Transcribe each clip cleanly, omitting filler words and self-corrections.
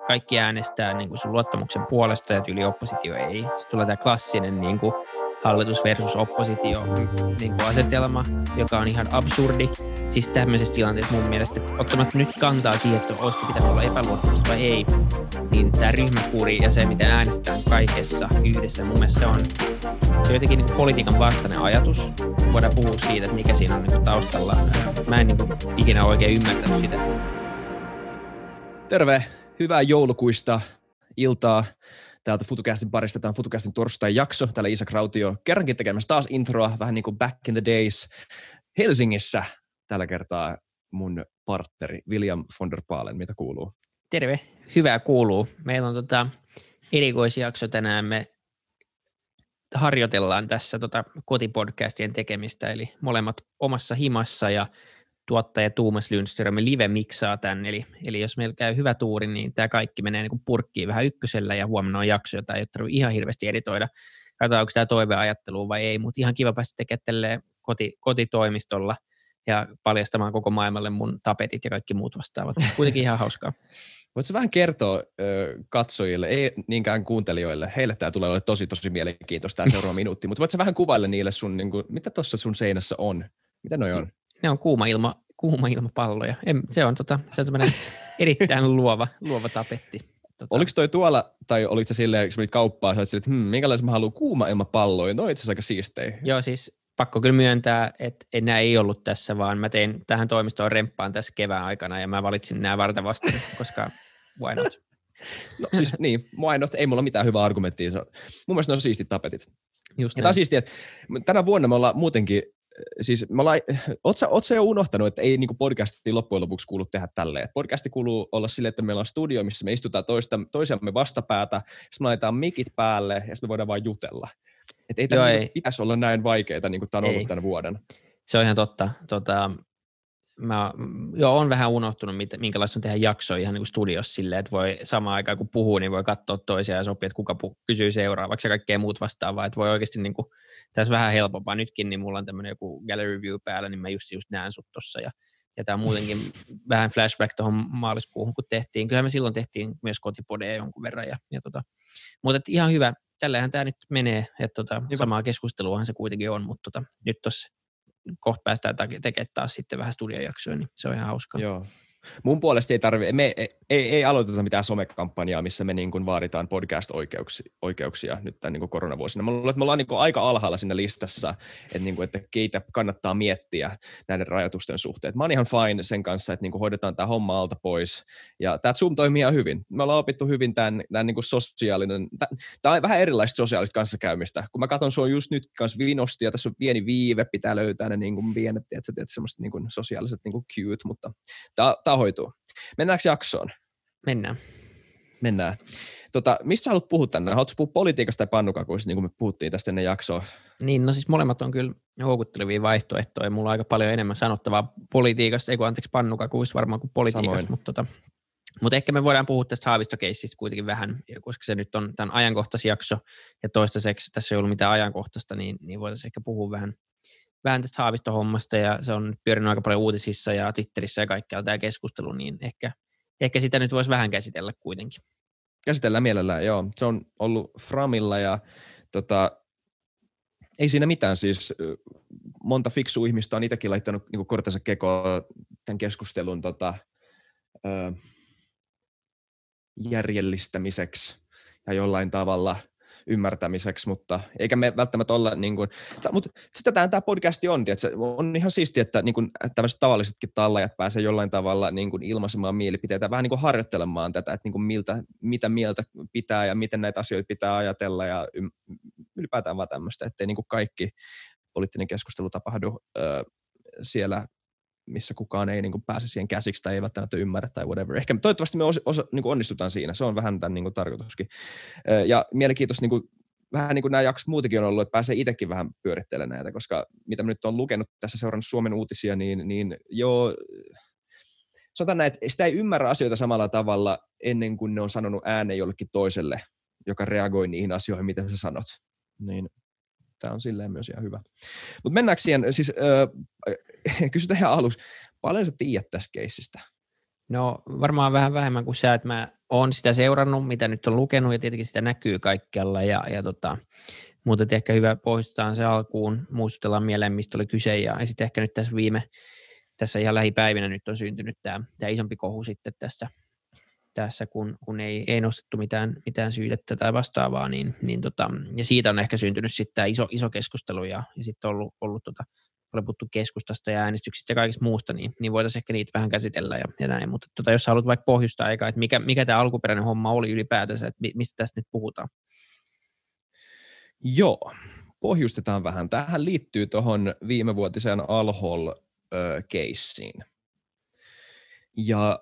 kaikki äänestää niin kuin sun luottamuksen puolesta ja tyyli oppositio ei. Sitten tulee tämä klassinen niin kuin hallitus versus oppositio niin kuin asetelma, joka on ihan absurdi. Siis tämmöisessä tilanteessa mun mielestä, ottamatta nyt kantaa siihen, että olisiko pitänyt olla epäluottamusta vai ei, niin tämä ryhmäkuri ja se, miten äänestetään kaikessa yhdessä, mun mielestä se on jotenkin niin kuin politiikan vastainen ajatus. Voidaan puhua siitä, että mikä siinä on niin kuin taustalla. Mä en niin kuin ikinä oikein ymmärtänyt sitä. Terve! Hyvää joulukuista iltaa. Täältä FutuCastin parista. Tämä on FutuCastin torstai-jakso. Täällä Isak Rautio kerrankin tekemässä taas introa, vähän niin kuin back in the days Helsingissä. Tällä kertaa mun partneri William von der Paalen. Mitä kuuluu? Terve! Hyvää kuuluu. Meillä on erikoisjakso tänään. Me harjoitellaan tässä kotipodcastien tekemistä, eli molemmat omassa himassa ja tuottaja Tuomas Lundström live miksaa tämän, eli jos meillä käy hyvä tuuri, niin tämä kaikki menee niin kuin purkkiin vähän ykkösellä ja huomenna on jakso, jota ei ole tarvitse ihan hirveästi editoida. Katsotaan, onko tämä toiveajattelu vai ei, mutta ihan kiva päästä tekemään kotitoimistolla ja paljastamaan koko maailmalle mun tapetit ja kaikki muut vastaavat. Kuitenkin ihan hauskaa. Voitko vähän kertoa katsojille, ei niinkään kuuntelijoille, heille tämä tulee olemaan tosi mielenkiintoista tämä seuraava minuutti, mutta voitko vähän kuvailla niille sun, niin kuin, mitä tuossa sun seinässä on? Mitä noi on? Ne on kuuma ilmapalloja. Se on tämmöinen erittäin luova tapetti. Oliko toi tuolla, tai oliko se silleen, kun sä menit kauppaan, sä olit silleen, että minkälaisia mä haluan kuuma ilmapalloja? No itse asiassa aika siistejä. Joo, siis pakko kyllä myöntää, että nämä ei ollut tässä, vaan mä tein tähän toimistoon remppaan tässä kevään aikana, ja mä valitsin nämä varten vastaan, koska why not? No siis niin, why not? Ei mulla mitään hyvää argumenttia. Mun mielestä ne on siistit tapetit. Just ja tää on siistiä, että tänä vuonna me ollaan muutenkin, siis oot sä jo unohtanut, että ei niinku podcastiin loppujen lopuksi kuulu tehdä tälleen. Podcasti kuuluu olla silleen, että meillä on studio, missä me istutaan toisiamme vastapäätä, sitten me laitetaan mikit päälle ja sitten me voidaan vaan jutella. Että ei tämä pitäisi olla näin vaikeaa, niin kuin tämä on ollut tämän vuoden. Se on ihan totta. Mä oon vähän unohtunut, minkälaista on tehdä jaksoja ihan niin kuin studiossa silleen, että voi samaan aikaan kun puhuu, niin voi katsoa toisiaan ja sopia, että kuka kysyy seuraavaksi ja kaikkea muut vastaavaa. Että voi oikeasti niin kuin, tässä vähän helpompaa nytkin, niin mulla on tämmöinen joku gallery view päällä, niin mä just näen sut tossa. Ja tämä on muutenkin vähän flashback tuohon maaliskuuhun, kun tehtiin. Kyllähän me silloin tehtiin myös kotipodeja jonkun verran. Mutta ihan hyvä. Tällähän tämä nyt menee, että samaa keskusteluahan se kuitenkin on, mutta nyt tuossa kohta päästään tekemään taas sitten vähän studiojaksoja, niin se on ihan hauskaa. Joo. Mun puolesta me ei aloiteta mitään somekampanjaa, missä me niin kuin vaaditaan podcast-oikeuksia nyt tämän niin kuin koronavuosina. Me ollaan niin kuin aika alhaalla siinä listassa, että, niin kuin, että keitä kannattaa miettiä näiden rajoitusten suhteen. Mä oon ihan fine sen kanssa, että niin kuin hoidetaan tämä homma alta pois. Ja tämä Zoom toimii ihan hyvin. Me ollaan opittu hyvin tämän niin kuin sosiaalinen, tämä on vähän erilaista sosiaalista kanssakäymistä. Kun mä katson sua just nyt kanssa vinosti, ja tässä on pieni viive, pitää löytää ne niin kuin pienet, semmoiset niin kuin sosiaaliset niin kuin cute, mutta tämä hoituu. Mennäänkö jaksoon? Mennään. Mistä sä haluat puhua tänne? Haluatko puhua politiikasta tai pannukakuista, niin kuin me puhuttiin tästä ennen jaksoa? Niin, no siis molemmat on kyllä houkuttelevia vaihtoehtoja. Mulla on aika paljon enemmän sanottavaa politiikasta, pannukakuista varmaan kuin politiikasta, mutta ehkä me voidaan puhua tästä Haavisto-keissistä kuitenkin vähän, koska se nyt on tämän ajankohtaisjakso, ja toistaiseksi tässä ei ollut mitään ajankohtaista, niin voitaisiin ehkä puhua vähän tästä Haavisto-hommasta, ja se on pyörinyt aika paljon uutisissa ja Twitterissä ja kaikkialla tämä keskustelu, niin ehkä sitä nyt voisi vähän käsitellä kuitenkin. Käsitellään mielellään, joo. Se on ollut Framilla, ja ei siinä mitään, siis monta fiksua ihmistä on itsekin laittanut niin kortensa kekoon tämän keskustelun järjellistämiseksi ja jollain tavalla ymmärtämiseksi, mutta eikä me välttämättä olla niin kuin, mutta sitä tämä podcasti on, että on ihan siistiä, että niin kuin tämmöiset tavallisetkin tallajat pääsee jollain tavalla niin kuin ilmaisemaan mielipiteitä, vähän niin kuin harjoittelemaan tätä, että niin kuin mitä mieltä pitää ja miten näitä asioita pitää ajatella ja ylipäätään vaan tämmöistä, ettei niin kuin kaikki poliittinen keskustelu tapahdu siellä, missä kukaan ei niin kuin pääse siihen käsiksi tai ei välttämättä ymmärrä tai whatever. Ehkä toivottavasti me niin kuin onnistutaan siinä. Se on vähän tämän niin kuin tarkoituskin. Ja mielenkiintoista niin kuin, vähän niin kuin nämä jaksot muutenkin on ollut, että pääsee itsekin vähän pyörittelemään näitä, koska mitä mä nyt olen lukenut tässä seurannut Suomen uutisia, niin joo, sanotaan näin, että sitä ei ymmärrä asioita samalla tavalla ennen kuin ne on sanonut ääneen jollekin toiselle, joka reagoi niihin asioihin, mitä sä sanot. Niin tämä on silleen myös ihan hyvä. Mutta mennäänkö siihen, siis kysytään ihan aluksi, paljon sä tiedät tästä keissistä? No varmaan vähän vähemmän kuin sä, että mä oon sitä seurannut, mitä nyt on lukenut ja tietenkin sitä näkyy kaikkialla mutta ehkä hyvä pohjustetaan se alkuun, muistutellaan mieleen, mistä oli kyse ja sitten ehkä nyt tässä ihan lähipäivinä nyt on syntynyt tämä isompi kohu sitten tässä kun ei nostettu mitään syytettä tai vastaavaa, ja siitä on ehkä syntynyt sitten tämä iso keskustelu ja sitten ollut oli puhuttu keskustasta ja äänestyksistä ja kaikista muusta, niin voitaisiin ehkä niitä vähän käsitellä ja näin, mutta jos haluat vaikka pohjustaa eikä, että mikä tämä alkuperäinen homma oli ylipäätänsä, että mistä tästä nyt puhutaan? Joo, pohjustetaan vähän. Tähän liittyy tuohon viimevuotiseen Al-Hol-keissiin. Ja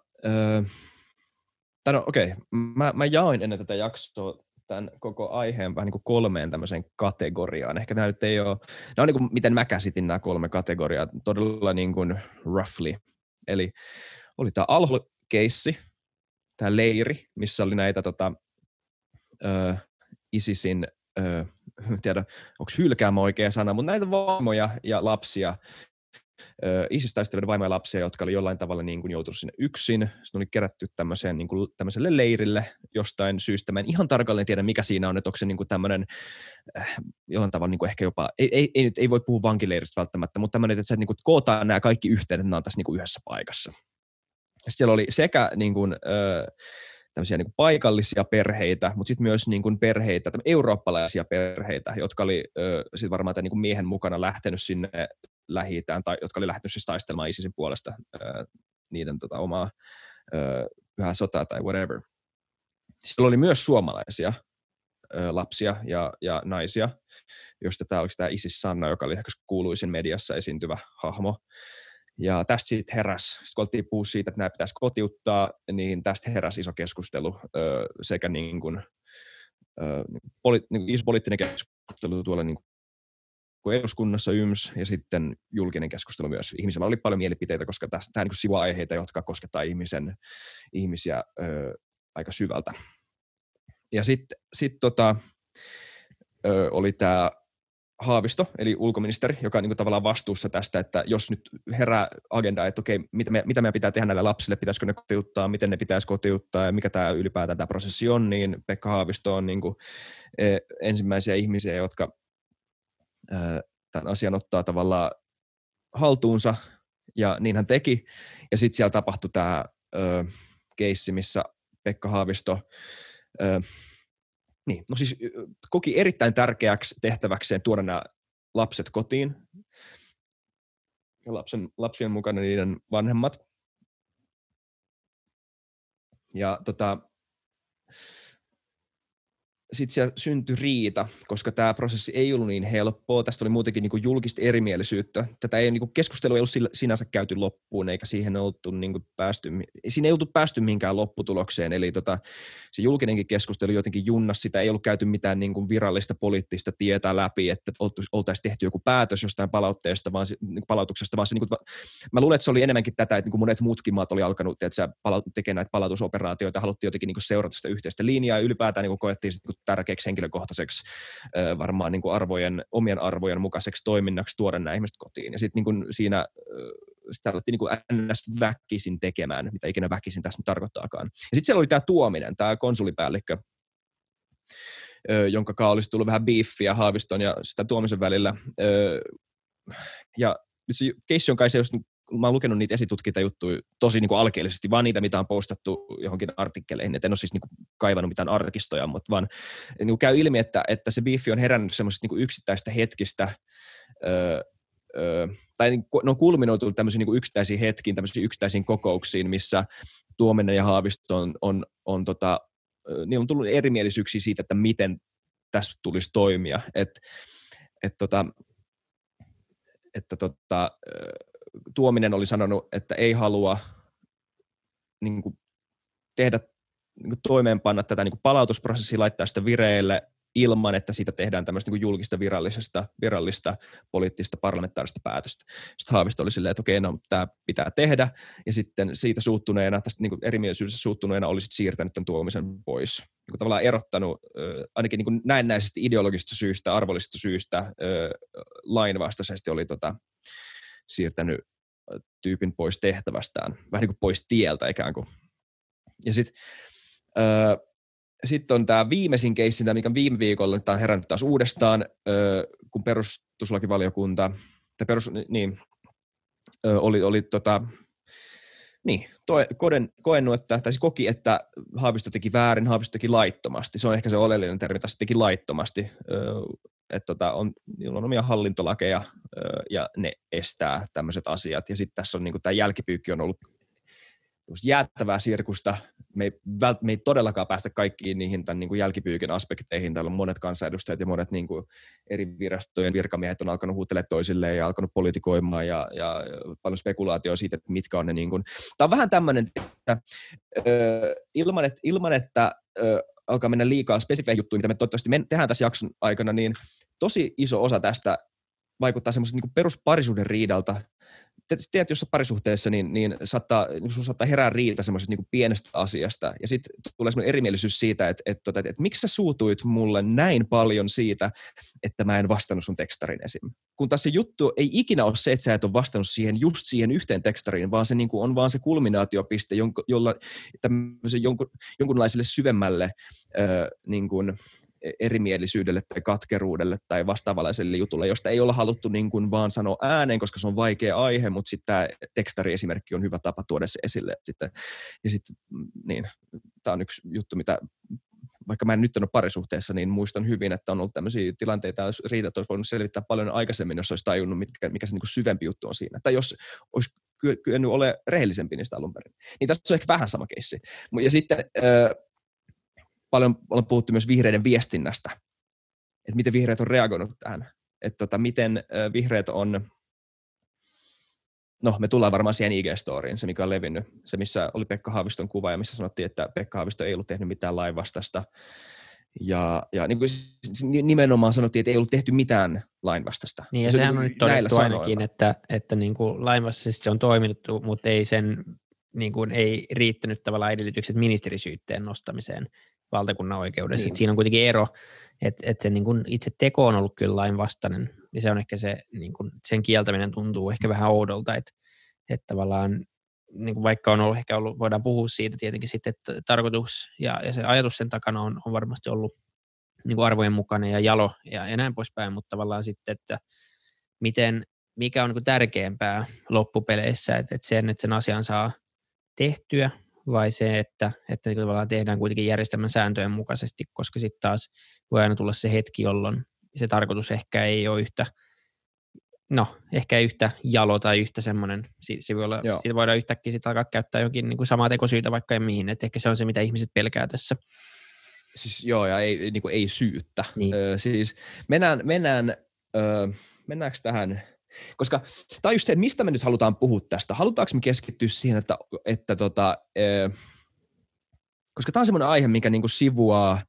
mä jaoin ennen tätä jaksoa tämän koko aiheen vähän niin kuin 3 tämmöiseen kategoriaan. Ehkä nämä nyt ei ole, nämä on niin kuin, miten mä käsitin nämä 3 kategoriaa, todella niin kuin roughly. Eli oli tämä Al-Hol-keissi, tämä leiri, missä oli näitä ISISin, en tiedä, onko hylkäämä oikea sana, mutta näitä vaimoja ja lapsia, ISIS-taistelijoiden vaimoja ja lapsia, jotka oli jollain tavalla niin kuin joutunut sinne yksin. Sitten oli kerätty tämmöiselle leirille jostain syystä. Mä en ihan tarkalleen tiedä, mikä siinä on, että onko se niin kuin tämmöinen jollain tavalla niin kuin ehkä jopa, ei voi puhua vankileiristä välttämättä, mutta tämmöinen, että niin kuin kootaan nämä kaikki yhteen, että nämä on tässä niin kuin yhdessä paikassa. Ja siellä oli sekä niin kuin, tämmöisiä niin kuin paikallisia perheitä, mutta sitten myös niin kuin perheitä, eurooppalaisia perheitä, jotka oli sit varmaan tämän niin kuin miehen mukana lähtenyt sinne Lähi-Itään, tai jotka oli lähtenyt siis taistelemaan ISISin puolesta niiden omaa pyhää sotaa tai whatever. Siellä oli myös suomalaisia lapsia ja naisia, josta tämä oli tämä Isis Sanna, joka oli ehkä kuuluisin mediassa esiintyvä hahmo. Ja tästä sitten heräsi, kun oltiin puhua siitä, että nämä pitäisi kotiuttaa, niin tästä heräsi iso keskustelu sekä niin kuin iso poliittinen keskustelu tuolla niin kuin eduskunnassa YMS ja sitten julkinen keskustelu myös. Ihmisillä oli paljon mielipiteitä, koska tämä niin kuin sivua aiheita, jotka koskettaa ihmisiä aika syvältä. Ja sitten oli tämä Haavisto, eli ulkoministeri, joka on niin kuin tavallaan vastuussa tästä, että jos nyt herää agenda, että okei, mitä meidän pitää tehdä näille lapsille, pitäisikö ne kotiuttaa, miten ne pitäisi kotiuttaa ja mikä tämä ylipäätään tämä prosessi on, niin Pekka Haavisto on niin kuin ensimmäisiä ihmisiä, jotka tämän asian ottaa tavallaan haltuunsa, ja niin hän teki. Ja sitten siellä tapahtui tämä keissi, missä Pekka Haavisto koki erittäin tärkeäksi tehtäväkseen tuoda nämä lapset kotiin ja lapsien mukana niiden vanhemmat. Ja sitten siellä syntyi riita, koska tämä prosessi ei ollut niin helppoa. Tästä oli muutenkin niin kuin julkista erimielisyyttä. Tätä ei, niin kuin keskustelu ei ollut sinänsä käyty loppuun, eikä siihen oltu niin kuin siinä ei oltu päästy mihinkään lopputulokseen. Eli se julkinenkin keskustelu jotenkin junnasi sitä, ei ollut käyty mitään niin kuin virallista poliittista tietä läpi, että oltaisiin tehty joku päätös jostain palautuksesta, vaan se, niin kuin, mä luulen, että se oli enemmänkin tätä, että niin kuin monet muutkin maat oli alkanut tekemään näitä palautusoperaatioita, haluttiin jotenkin niin kuin seurata sitä yhteistä linjaa, ja ylipäätään niin kuin koettiin tärkeäksi henkilökohtaiseksi varmaan niin kuin omien arvojen mukaiseksi toiminnaksi tuoda nämä ihmiset kotiin. Ja sitten niin siinä sitä alettiin niin kuin NS-väkisin tekemään, mitä ikinä väkisin tässä nyt tarkoittaakaan. Ja sitten siellä oli tämä Tuominen, tämä konsulipäällikkö, jonka kanssa olisi tullut vähän beefiä Haaviston ja sitä Tuomisen välillä. Ja se keissi on kai se, jos mä oon lukenut niitä esitutkintajuttuja tosi niin kuin alkeellisesti, vaan niitä, mitä on postattu johonkin artikkeleihin. Et en ole siis niin kuin kaivannut mitään arkistoja, mutta vaan niin kuin käy ilmi, että se biifi on herännyt semmoisista niin kuin yksittäistä hetkistä, tai ne on kulminoitunut tämmöisiin niin kuin yksittäisiin hetkiin, tämmöisiin yksittäisiin kokouksiin, missä Tuominen ja Haavisto niillä on tullut erimielisyyksiä siitä, että miten tässä tulisi toimia. Tuominen oli sanonut, että ei halua niin kuin tehdä, niin kuin toimeenpanna tätä niin kuin palautusprosessia, laittaa sitä vireille ilman, että siitä tehdään tämmöistä niin kuin julkista virallista poliittista parlamentaarista päätöstä. Sitten Haavisto oli silleen, että okei, no tämä pitää tehdä, ja sitten siitä suuttuneena, tästä niin kuin erimielisyydestä suuttuneena oli sitten siirtänyt tämän Tuomisen pois. Niin kuin tavallaan erottanut, ainakin niin kuin näennäisesti ideologisista syistä, arvollisista syistä, lainvastaisesti oli siirtänyt tyypin pois tehtävästään, vähän niin kuin pois tieltä ikään kuin. Ja sitten on tämä viimeisin keissi, mikä viime viikolla nyt on herännyt taas uudestaan, kun perustuslakivaliokunta, koki, että Haavisto teki väärin, Haavisto teki laittomasti. Se on ehkä se oleellinen termi, tässä teki laittomasti. Niillä on omia hallintolakeja ja ne estää tämmöiset asiat. Ja sitten tässä on niin kuin tämä jälkipyykki on ollut jäättävää sirkusta. Me ei todellakaan päästä kaikkiin niihin tämän niin kuin jälkipyykin aspekteihin. Täällä on monet kansanedustajat ja monet niin kuin eri virastojen virkamiehet on alkanut huutelemaan toisilleen ja alkanut politikoimaan ja paljon spekulaatioa siitä, että mitkä on ne. Niin kuin. Tämä on vähän tämmöinen, että ilman että alkaa mennä liikaa spesifeihin juttuihin, mitä me toivottavasti tehdään tässä jakson aikana, niin tosi iso osa tästä vaikuttaa semmoiset niin kuin perusparisuuden riidalta. Tiedät, jos olet parisuhteessa, niin sun saattaa herää riita semmoisesta niin kuin pienestä asiasta, ja sitten tulee semmoinen erimielisyys siitä, että miksi sä suutuit mulle näin paljon siitä, että mä en vastannut sun tekstarin esim. Kun taas se juttu ei ikinä ole se, että sä et ole vastannut just siihen yhteen tekstariin, vaan se niin kuin on vaan se kulminaatiopiste, jolla tämmöisen jonkunlaiselle syvemmälle niin kuin erimielisyydelle tai katkeruudelle tai vastaavallaiselle jutulle, josta ei olla haluttu niin kuin vaan sanoa ääneen, koska se on vaikea aihe, mutta sitten tämä tekstariesimerkki on hyvä tapa tuoda se esille. Tämä on yksi juttu, mitä vaikka mä en nyt ole parisuhteessa, niin muistan hyvin, että on ollut tämmöisiä tilanteita, jos riitat olisi voinut selvittää paljon aikaisemmin, jos olisi tajunnut, mikä se niin kuin syvempi juttu on siinä. Tai jos olisi kyennyt olemaan rehellisempi niistä alun perin. Niin tässä on ehkä vähän sama keissi. Ja sitten paljon on puhuttu myös vihreiden viestinnästä, että miten vihreät on reagoinut tähän, että miten vihreät on, me tullaan varmaan siihen IG-storiin, se mikä on levinnyt, se missä oli Pekka Haaviston kuva ja missä sanottiin, että Pekka Haavisto ei ollut tehnyt mitään lainvastaista ja niin kuin nimenomaan sanottiin, että ei ollut tehty mitään lainvastaista. Niin ja sehän on nyt todettu ainakin, että niin kuin lainvastaisesti se on toiminut, mutta ei sen niin kuin ei riittänyt tavallaan edellytykset ministerisyytteen nostamiseen valtakunnan oikeudessa. Niin. Siinä on kuitenkin ero, että se niin kuin itse teko on ollut kyllä lainvastainen, niin se on ehkä se, niin kuin sen kieltäminen tuntuu ehkä vähän oudolta, että tavallaan niin kuin vaikka on ollut, ehkä ollut, voidaan puhua siitä tietenkin sitten, että tarkoitus ja se ajatus sen takana on varmasti ollut niin kuin arvojen mukainen ja jalo ja näin poispäin, mutta tavallaan sitten, että mikä on niin kuin tärkeämpää loppupeleissä, että sen asian saa tehtyä, vai se, että tavallaan tehdään kuitenkin järjestelmän sääntöjen mukaisesti, koska sitten taas voi aina tulla se hetki, jolloin se tarkoitus ehkä ei ole ehkä yhtä jalo tai yhtä semmoinen, siitä voidaan yhtäkkiä sitten alkaa käyttää jokin niin kuin samaa tekosyytä vaikka ja mihin, että ehkä se on se, mitä ihmiset pelkää tässä. Siis ja ei, niin kuin ei syyttä. Niin. Siis mennäänkö tähän. Koska tämä on just se, että mistä me nyt halutaan puhua tästä. Halutaanko me keskittyä siihen, koska tämä on semmoinen aihe, mikä niinku sivuaa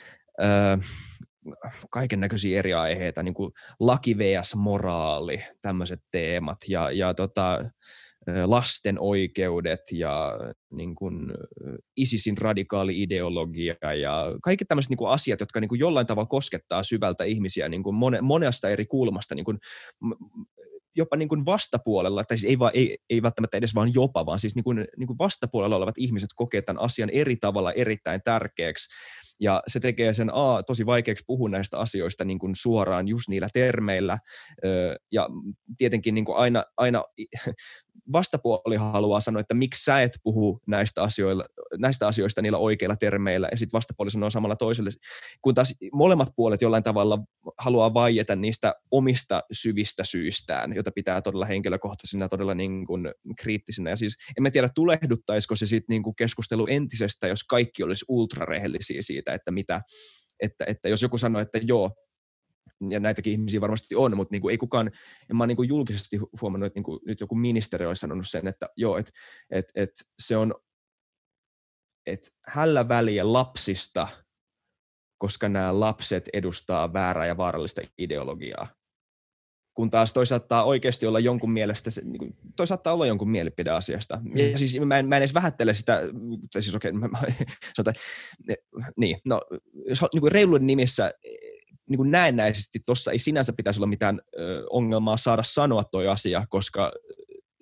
kaiken näköisiä eri aiheita, niin kuin laki vs. moraali, tämmöiset teemat ja lasten oikeudet ja niin kuin ISISin radikaali ideologia ja kaikki tämmöiset niin kuin asiat, jotka niin kuin jollain tavalla koskettaa syvältä ihmisiä niin kuin monesta eri kulmasta, niin kuin jopa niin kuin vastapuolella, tai siis ei välttämättä edes vaan jopa, vaan siis niin kuin vastapuolella olevat ihmiset kokee tämän asian eri tavalla erittäin tärkeäksi. Ja se tekee sen tosi vaikeaksi puhua näistä asioista niin kuin suoraan just niillä termeillä. Ja tietenkin niin kuin aina vastapuoli haluaa sanoa, että miksi sä et puhu näistä asioista niillä oikeilla termeillä, ja sitten vastapuoli sanoo samalla toiselle, kun taas molemmat puolet jollain tavalla haluaa vaieta niistä omista syvistä syistään, jota pitää todella henkilökohtaisina, todella niin kuin kriittisinä. Ja siis en mä tiedä, tulehduttaisiko se sitten niin kuin keskustelu entisestä, jos kaikki olisi ultrarehellisiä siitä, että jos joku sanoo, että joo, ja näitäkin ihmisiä varmasti on, mutta niinku ei kukaan, en mä niinku julkisesti huomannut, että niinku nyt joku ministeri olisi sanonut sen, että joo, että se on, että hällä väliä lapsista, koska nämä lapset edustaa väärää ja vaarallista ideologiaa. Kun taas toi saattaa oikeasti olla jonkun mielestä, toi saattaa olla jonkun mielipide asiasta. Ja siis mä en edes vähättele sitä, siis okei, jos niin reiluuden nimissä, niin kuin näennäisesti tuossa ei sinänsä pitäisi olla mitään ongelmaa saada sanoa toi asia, koska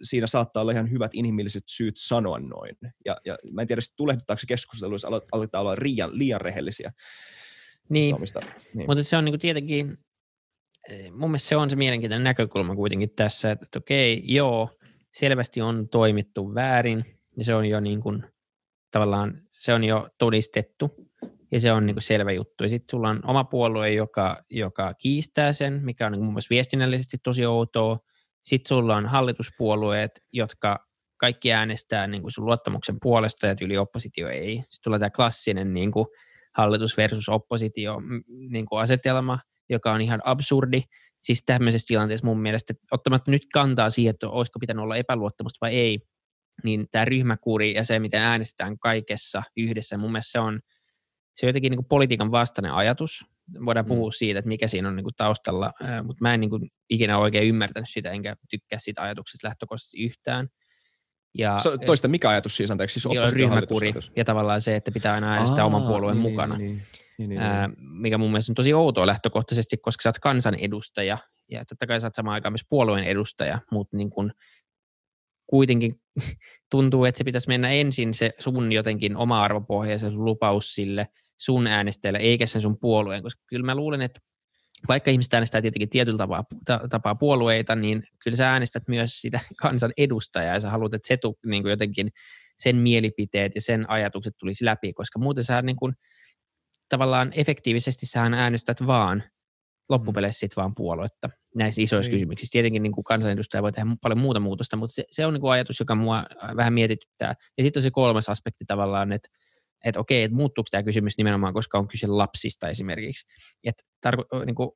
siinä saattaa olla ihan hyvät inhimilliset syyt sanoa noin. Ja mä en tiedä, tulehduttaako se keskustelu, jos aletaan olla liian rehellisiä. Niin, mutta se on niin kuin tietenkin, mun mielestä se on se mielenkiintoinen näkökulma kuitenkin tässä, että okei, joo, selvästi on toimittu väärin, ja se on jo niin kuin, tavallaan, se on jo todistettu, ja se on niin kuin selvä juttu. Ja sitten sulla on oma puolue, joka kiistää sen, mikä on niin kuin mun mielestä viestinnällisesti tosi outoa. Sitten sulla on hallituspuolueet, jotka kaikki äänestää niin kuin sun luottamuksen puolesta, ja tyyli oppositio ei. Sitten tulee tämä klassinen niin kuin hallitus versus oppositio niin kuin asetelma, joka on ihan absurdi. Siis tämmöisessä tilanteessa mun mielestä, ottamatta nyt kantaa siihen, että olisiko pitänyt olla epäluottamusta vai ei, niin tämä ryhmäkuri ja se, miten äänestetään kaikessa yhdessä, mun mielestä se on jotenkin niin kuin politiikan vastainen ajatus. Voidaan puhua siitä, että mikä siinä on niin kuin taustalla, mutta mä en niin kuin ikinä oikein ymmärtänyt sitä, enkä tykkää siitä ajatuksesta lähtökohtaisesti yhtään. Ja, toista mikä ajatus siis, anteeksi? Siis ryhmäkuri ja tavallaan se, että pitää aina äänestää oman puolueen mukana. Niin. Mikä mun mielestä on tosi outoa lähtökohtaisesti, koska sä oot kansanedustaja ja totta kai sä oot samaan aikaan myös puolueen edustaja, mutta niin kun kuitenkin tuntuu, että se pitäisi mennä ensin se sun jotenkin oma arvopohja ja se sun lupaus sille sun äänestäjälle, eikä sen sun puolueen, koska kyllä mä luulen, että vaikka ihmiset äänestää tietenkin tietyllä tapaa puolueita, niin kyllä sä äänestät myös sitä kansan edustajaa ja sä haluat, että se niin kuin jotenkin sen mielipiteet ja sen ajatukset tulisi läpi, koska muuten sä niin kuin, tavallaan efektiivisesti sähän äänestät vaan loppupeleissä sit vaan puoluetta näissä isoissa kysymyksissä. Tietenkin niin kuin kansanedustaja voi tehdä paljon muuta muutosta, mutta se on niin kuin ajatus, joka mua vähän mietityttää. Ja sitten on se kolmas aspekti tavallaan, että okei, että muuttuuko tämä kysymys nimenomaan, koska on kyse lapsista esimerkiksi. Että niin kuin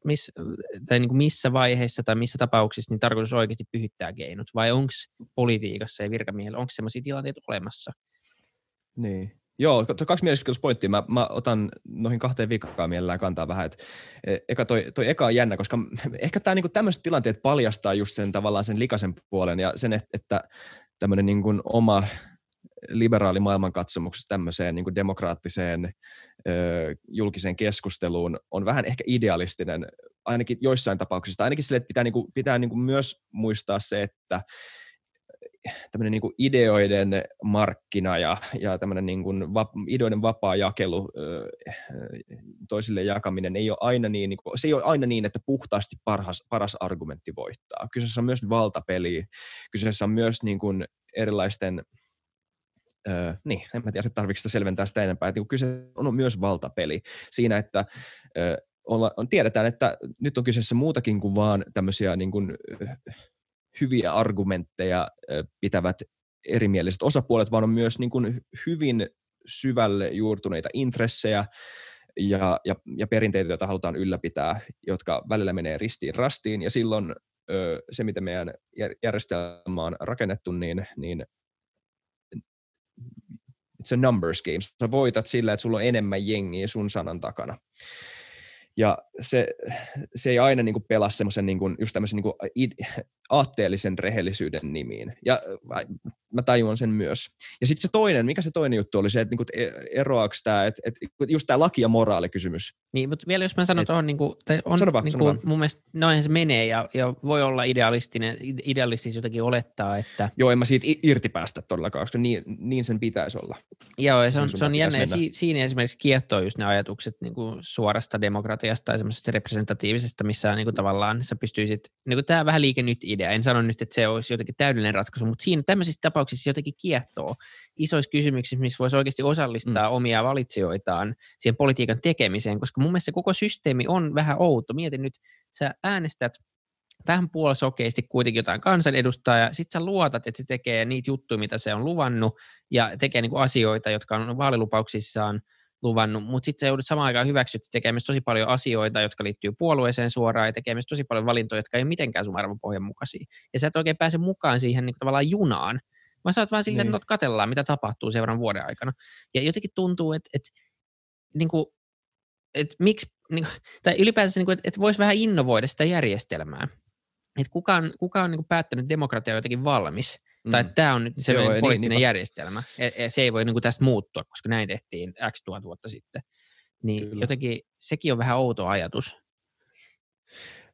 missä vaiheessa tai missä tapauksissa niin tarkoitus oikeasti pyhittää keinot, vai onko politiikassa ja virkamiehellä, onko sellaisia tilanteita olemassa? Niin. Joo, 2 mielenkiintoista pointtia. Mä otan noihin 2 viikkoon mielellään kantaa vähän, että toi eka on jännä, koska ehkä tämä niinku tämmöiset tilanteet paljastaa just sen tavallaan sen likaisen puolen ja sen, että tämmöinen niinku oma liberaali maailmankatsomuksessa tämmöiseen niin kuin demokraattiseen julkiseen keskusteluun on vähän ehkä idealistinen, ainakin joissain tapauksissa. Ainakin sille, että pitää niin kuin myös muistaa se, että tämmöinen niin kuin ideoiden markkina ja tämmöinen niin kuin ideoiden vapaa jakelu, toisille jakaminen ei ole aina niin kuin, se ei ole aina niin, että puhtaasti paras argumentti voittaa. Kyseessä on myös valtapeli, kyseessä on myös niin kuin erilaisten niin, en mä tiedä, tarvitseeko sitä selventää sitä enempää, että kyse on myös valtapeli siinä, että tiedetään, että nyt on kyseessä muutakin kuin vaan tämmöisiä niin kuin hyviä argumentteja pitävät erimieliset osapuolet, vaan on myös niin kuin hyvin syvälle juurtuneita intressejä ja perinteitä, joita halutaan ylläpitää, jotka välillä menee ristiin rastiin, ja silloin se, mitä meidän järjestelmä on rakennettu, niin it's a numbers game. Sä voitat sillä, että sulla on enemmän jengiä sun sanan takana. Ja se ei aina niin kuin pelaa semmoisen niin kuin, just tämmöisen niin kuin aatteellisen rehellisyyden nimiin. Ja mä tajuan sen myös. Ja sitten se toinen, mikä se toinen juttu oli se, että niin kuin eroaako tämä, että just tämä laki- ja moraalikysymys. Niin, mutta vielä jos mä sanon tuohon, niin mun mielestä noinhan se menee ja voi olla idealistis jotenkin olettaa, että... Joo, en mä siitä irti päästä todellakaan, koska niin sen pitäisi olla. Joo, ja se on jännä, ja siinä esimerkiksi kiehtoo just ne ajatukset niin kuin suorasta demokratiasta tai semmoisesta representatiivisesta, missä niin kuin tavallaan sä pystyisit, niin kuin tämä vähän Liike Nyt-idea, en sano nyt, että se olisi jotenkin täydellinen ratkaisu, mutta siinä tämmöisissä tapauksissa jotenkin kiehtoo isoissa kysymyksissä, missä voisi oikeasti osallistaa omia valitsijoitaan siihen politiikan tekemiseen, koska mun mielestä se koko systeemi on vähän outo. Mietin nyt, sä äänestät vähän puolisokeasti kuitenkin jotain kansanedustajaa, ja sit sä luotat, että se tekee niitä juttuja, mitä se on luvannut, ja tekee niinku asioita, jotka on vaalilupauksissaan luvannut, mutta sitten sä joudut samaan aikaan hyväksyä, että tekee myös tosi paljon asioita, jotka liittyy puolueeseen suoraan, ja tekee myös tosi paljon valintoja, jotka ei ole mitenkään sun arvopohjan mukaisia. Ja sä et oikein pääse mukaan siihen niin tavallaan junaan, vaan sä oot vaan silleen, että katsellaan, mitä tapahtuu seuraavan vuoden aikana. Ja jotenkin tuntuu, että miksi, tai ylipäätänsä, että voisi vähän innovoida sitä järjestelmää. Että kuka on niin päättänyt demokratia jotenkin valmis, tai että tämä on nyt se poliittinen järjestelmä. Se ei voi niin tästä muuttua, koska näin tehtiin X 1000 vuotta sitten. Niin kyllä. Jotenkin sekin on vähän outo ajatus.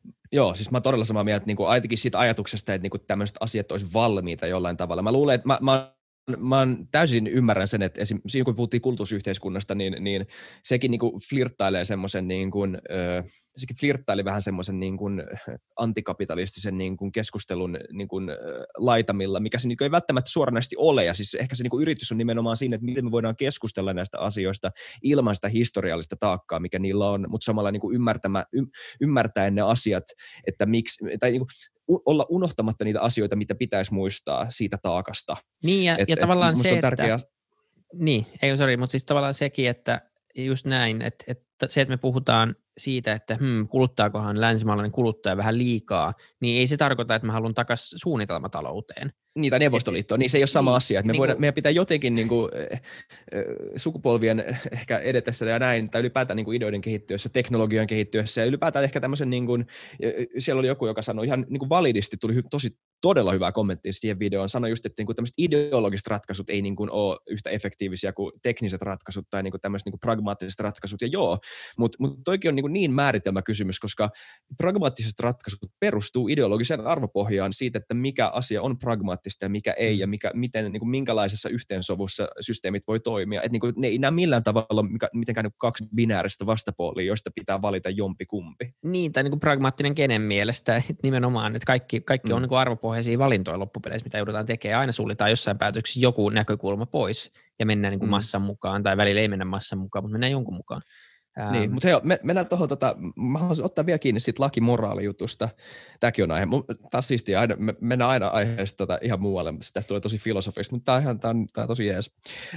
Joo, siis mä oon todella samaa mieltä, niin kuin ainakin siitä ajatuksesta, että niin kuin tämmöiset asiat olisi valmiita jollain tavalla. Mä luulen, että mä oon täysin ymmärrän sen, että siinä kun puhuttiin kulutusyhteiskunnasta, niin sekin niin kuin flirttailee semmoisen, niin kuin, sekin flirttaili vähän semmoisen niin kuin antikapitalistisen niin kuin keskustelun niin kuin laitamilla, mikä se niin kuin ei välttämättä suoranaisesti ole, ja siis ehkä se niin kuin yritys on nimenomaan siinä, että miten me voidaan keskustella näistä asioista ilman sitä historiallista taakkaa, mikä niillä on, mutta samalla niin kuin ymmärtäen ne asiat, että miksi, tai niin kuin olla unohtamatta niitä asioita, mitä pitäisi muistaa siitä taakasta. Niin, ja tavallaan se, on tärkeää. Niin, ei sori, mutta siis tavallaan sekin, että just näin, että se, että me puhutaan siitä, että kuluttaakohan länsimaalainen kuluttaja vähän liikaa, niin ei se tarkoita, että mä haluan takaisin suunnitelmatalouteen. Niitä Neuvostoliittoon, niin se ei ole sama asia. Että meidän pitää jotenkin niin kuin, sukupolvien ehkä edetessä ja näin, tai ylipäätään niin kuin ideoiden kehittyessä, teknologian kehittyessä, ja ylipäätään ehkä tämmöisen, niin kuin, siellä oli joku, joka sanoi ihan niin kuin validisti, tuli todella hyvää kommenttia siihen videoon, sanoi just, että niin kuin tämmöiset ideologiset ratkaisut ei niin kuin ole yhtä efektiivisiä kuin tekniset ratkaisut tai niin kuin tämmöiset niin kuin pragmaattiset ratkaisut, ja joo, mutta toikin on niin määritelmäkysymys, koska pragmaattiset ratkaisut perustuu ideologiseen arvopohjaan siitä, että mikä asia on pragmaattista ja mikä ei, ja miten, niin kuin, minkälaisessa yhteensovussa systeemit voi toimia. Et, niin kuin, ne ei näe millään tavalla mitenkään niin kaksi binääristä vastapuolia, joista pitää valita jompikumpi. Niin, tai niin kuin pragmaattinen kenen mielestä, että nimenomaan, että kaikki on niin kuin arvopohjaisia valintoja loppupeleissä, mitä joudutaan tekemään. Aina sullitaan jossain päätöksessä joku näkökulma pois ja mennään niin kuin massan mukaan, tai välillä ei mennä massan mukaan, mutta mennään jonkun mukaan. Niin, mutta hei, mennään tuohon, mä haluaisin ottaa vielä kiinni siitä lakimoraalijutusta. Tämäkin on aihe. Taas siistiä, mennään aina aiheesta ihan muualle, mutta tästä tulee tosi filosofista, mutta tämä on tosi jees.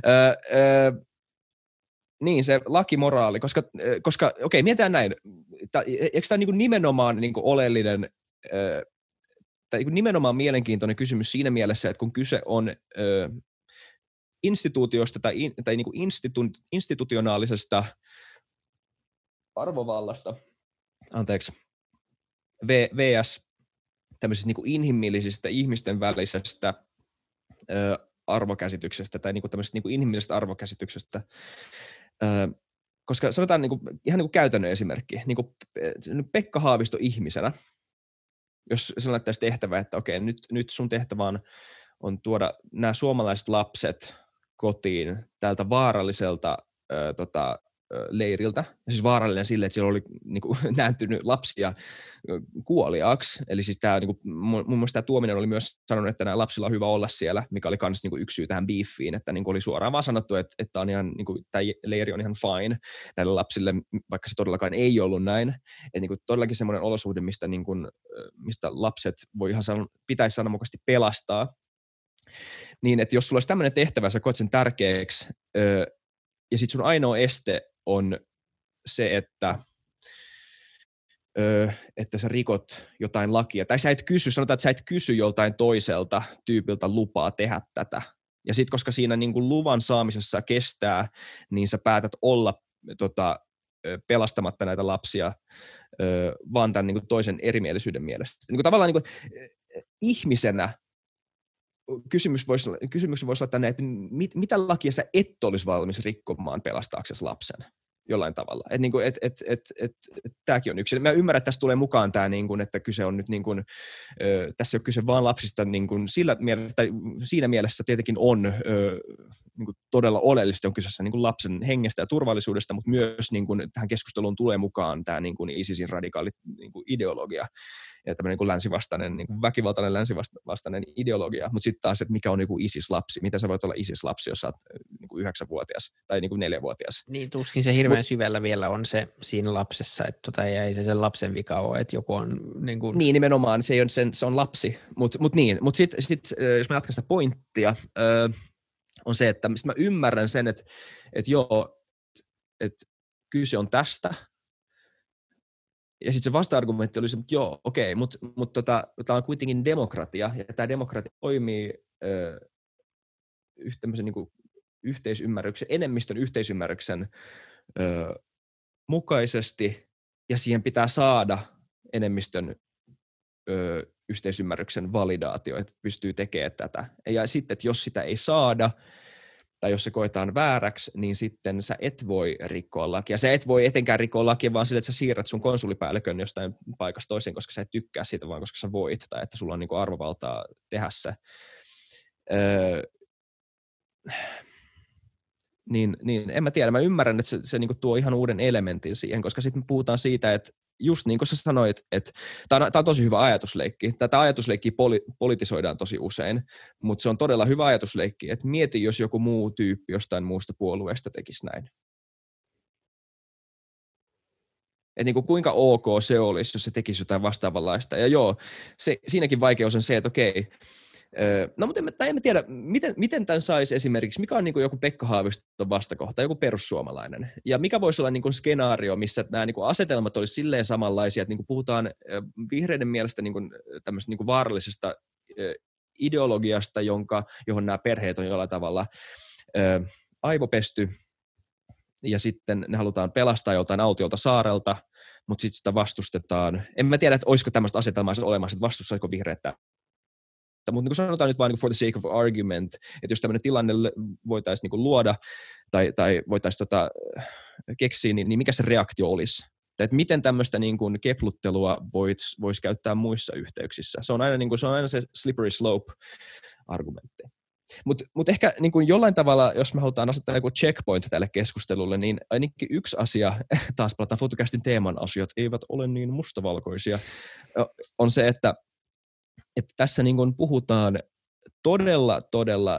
Niin, se lakimoraali, koska okei, mietitään näin, eikö tämä nimenomaan nimenomaan tai nimenomaan mielenkiintoinen kysymys siinä mielessä, että kun kyse on instituutiosta tai niin kuin institutionaalisesta arvovallasta, vs. tämmöisistä niin kuin inhimillisistä ihmisten välisestä arvokäsityksestä tai niin kuin tämmöisestä niin kuin inhimillisestä arvokäsityksestä. Koska sanotaan niin kuin, ihan niin kuin käytännön esimerkki, niin kuin Pekka Haavisto ihmisenä, jos se laittaisi tehtävä, että okei, nyt sun tehtävä on tuoda nämä suomalaiset lapset kotiin tältä vaaralliselta leiriltä, ja siis vaarallinen sille, että siellä oli niin kuin, nääntynyt lapsia kuoliaaksi, eli siis tämä, niin kuin, mun mielestä tämä Tuominen oli myös sanonut, että nämä lapsilla on hyvä olla siellä, mikä oli myös niin kuin yksi syy tähän beefiin, että niin kuin oli suoraan vaan sanottu, että on ihan, niin kuin, tämä leiri on ihan fine näille lapsille, vaikka se todellakaan ei ollut näin, että niin kuin, todellakin semmoinen olosuhde, mistä lapset voi ihan pitäisi sananmukaisesti pelastaa, niin että jos sulla olisi tämmöinen tehtävä, sä koet sen tärkeäksi, ja sitten sun ainoa este on se, että sä rikot jotain lakia, tai sanotaan, että sä et kysy joltain toiselta tyypiltä lupaa tehdä tätä. Ja sitten koska siinä niin kuin luvan saamisessa kestää, niin sä päätät olla pelastamatta näitä lapsia vaan tämän niin kuin toisen erimielisyyden mielessä. Niin kuin tavallaan niin kuin, ihmisenä kysymys voisi olla tänne, että mitä lakia sä et olisi valmis rikkomaan pelastaaksesi lapsen jollain tavalla. Tämäkin on yksi. Mä ymmärrän, että tässä tulee mukaan tämä, niin kuin, että kyse on nyt, niin kuin, tässä ei ole kyse vaan lapsista, niin kuin siinä mielessä tietenkin on niin kuin todella oleellisesti on kyseessä niin kuin lapsen hengestä ja turvallisuudesta, mutta myös niin kuin, tähän keskusteluun tulee mukaan tämä niin kuin ISISin radikaali niin kuin ideologia ja tämmöinen niin länsivastainen, niin kuin väkivaltainen länsivastainen ideologia, mutta sitten taas, että mikä on niin kuin ISIS-lapsi, mitä sä voit olla ISIS-lapsi, jos sä oot niin kuin 9-vuotias tai niin kuin 4-vuotias. Niin, tuskin se hirveän syvällä vielä on se siinä lapsessa, että ei se sen lapsen vika ole, että joku on niin kuin... Niin, nimenomaan, se on lapsi, mutta sitten jos mä jatkan sitä pointtia, on se, että mistä mä ymmärrän sen, että kyse on tästä, ja sitten se vasta-argumentti oli se, että joo, okei, mutta tämä on kuitenkin demokratia, ja tämä demokratia toimii tämmöisen niin kuin yhteisymmärryksen, enemmistön yhteisymmärryksen mukaisesti, ja siihen pitää saada enemmistön yhteisymmärryksen validaatio, että pystyy tekemään tätä. Ja sitten, että jos sitä ei saada, tai jos se koetaan vääräksi, niin sitten sä et voi rikkoa lakia. Sä et voi etenkään rikkoa lakia, vaan sille, että sä siirrät sun konsulipäällikön jostain paikasta toiseen, koska sä et tykkää siitä, vaan koska sä voit, tai että sulla on niin kuin arvovaltaa tehdä se. Niin en mä tiedä, mä ymmärrän, että se niin kuin tuo ihan uuden elementin siihen, koska sitten me puhutaan siitä, että just niin kuin sä sanoit, että tämä on tosi hyvä ajatusleikki. Tätä ajatusleikkiä politisoidaan tosi usein, mutta se on todella hyvä ajatusleikki, että mieti, jos joku muu tyyppi jostain muusta puolueesta tekisi näin. Että niin kuin kuinka ok se olisi, jos se tekisi jotain vastaavanlaista. Ja joo, siinäkin vaikeus on se, että okei, no mutta en tiedä, miten tämän saisi esimerkiksi, mikä on niin kuin joku Pekka Haaviston vastakohta, joku perussuomalainen, ja mikä voisi olla niin kuin skenaario, missä nämä niin kuin asetelmat olisi silleen samanlaisia, että niin kuin puhutaan vihreiden mielestä niin kuin tämmöistä niin kuin vaarallisesta ideologiasta, johon nämä perheet on jollain tavalla aivopesty, ja sitten ne halutaan pelastaa joltain autiolta saarelta, mutta sitten sitä vastustetaan. En mä tiedä, että olisiko tämmöistä asetelmaa olemassa, että vastustaisiko vihreät. Mutta niin sanotaan nyt vain niin for the sake of argument, että jos tämmöinen tilanne voitaisiin niin luoda tai voitaisiin keksiä, niin mikä se reaktio olisi? Tai että miten tämmöistä niin kuin kepluttelua voisi käyttää muissa yhteyksissä? Se on aina se slippery slope-argumentti. Mutta ehkä niin kuin jollain tavalla, jos me halutaan asettaa joku checkpoint tälle keskustelulle, niin ainakin yksi asia, taas palataan FotoCastin teeman asiat, eivät ole niin mustavalkoisia, on se, että tässä niin kuin puhutaan todella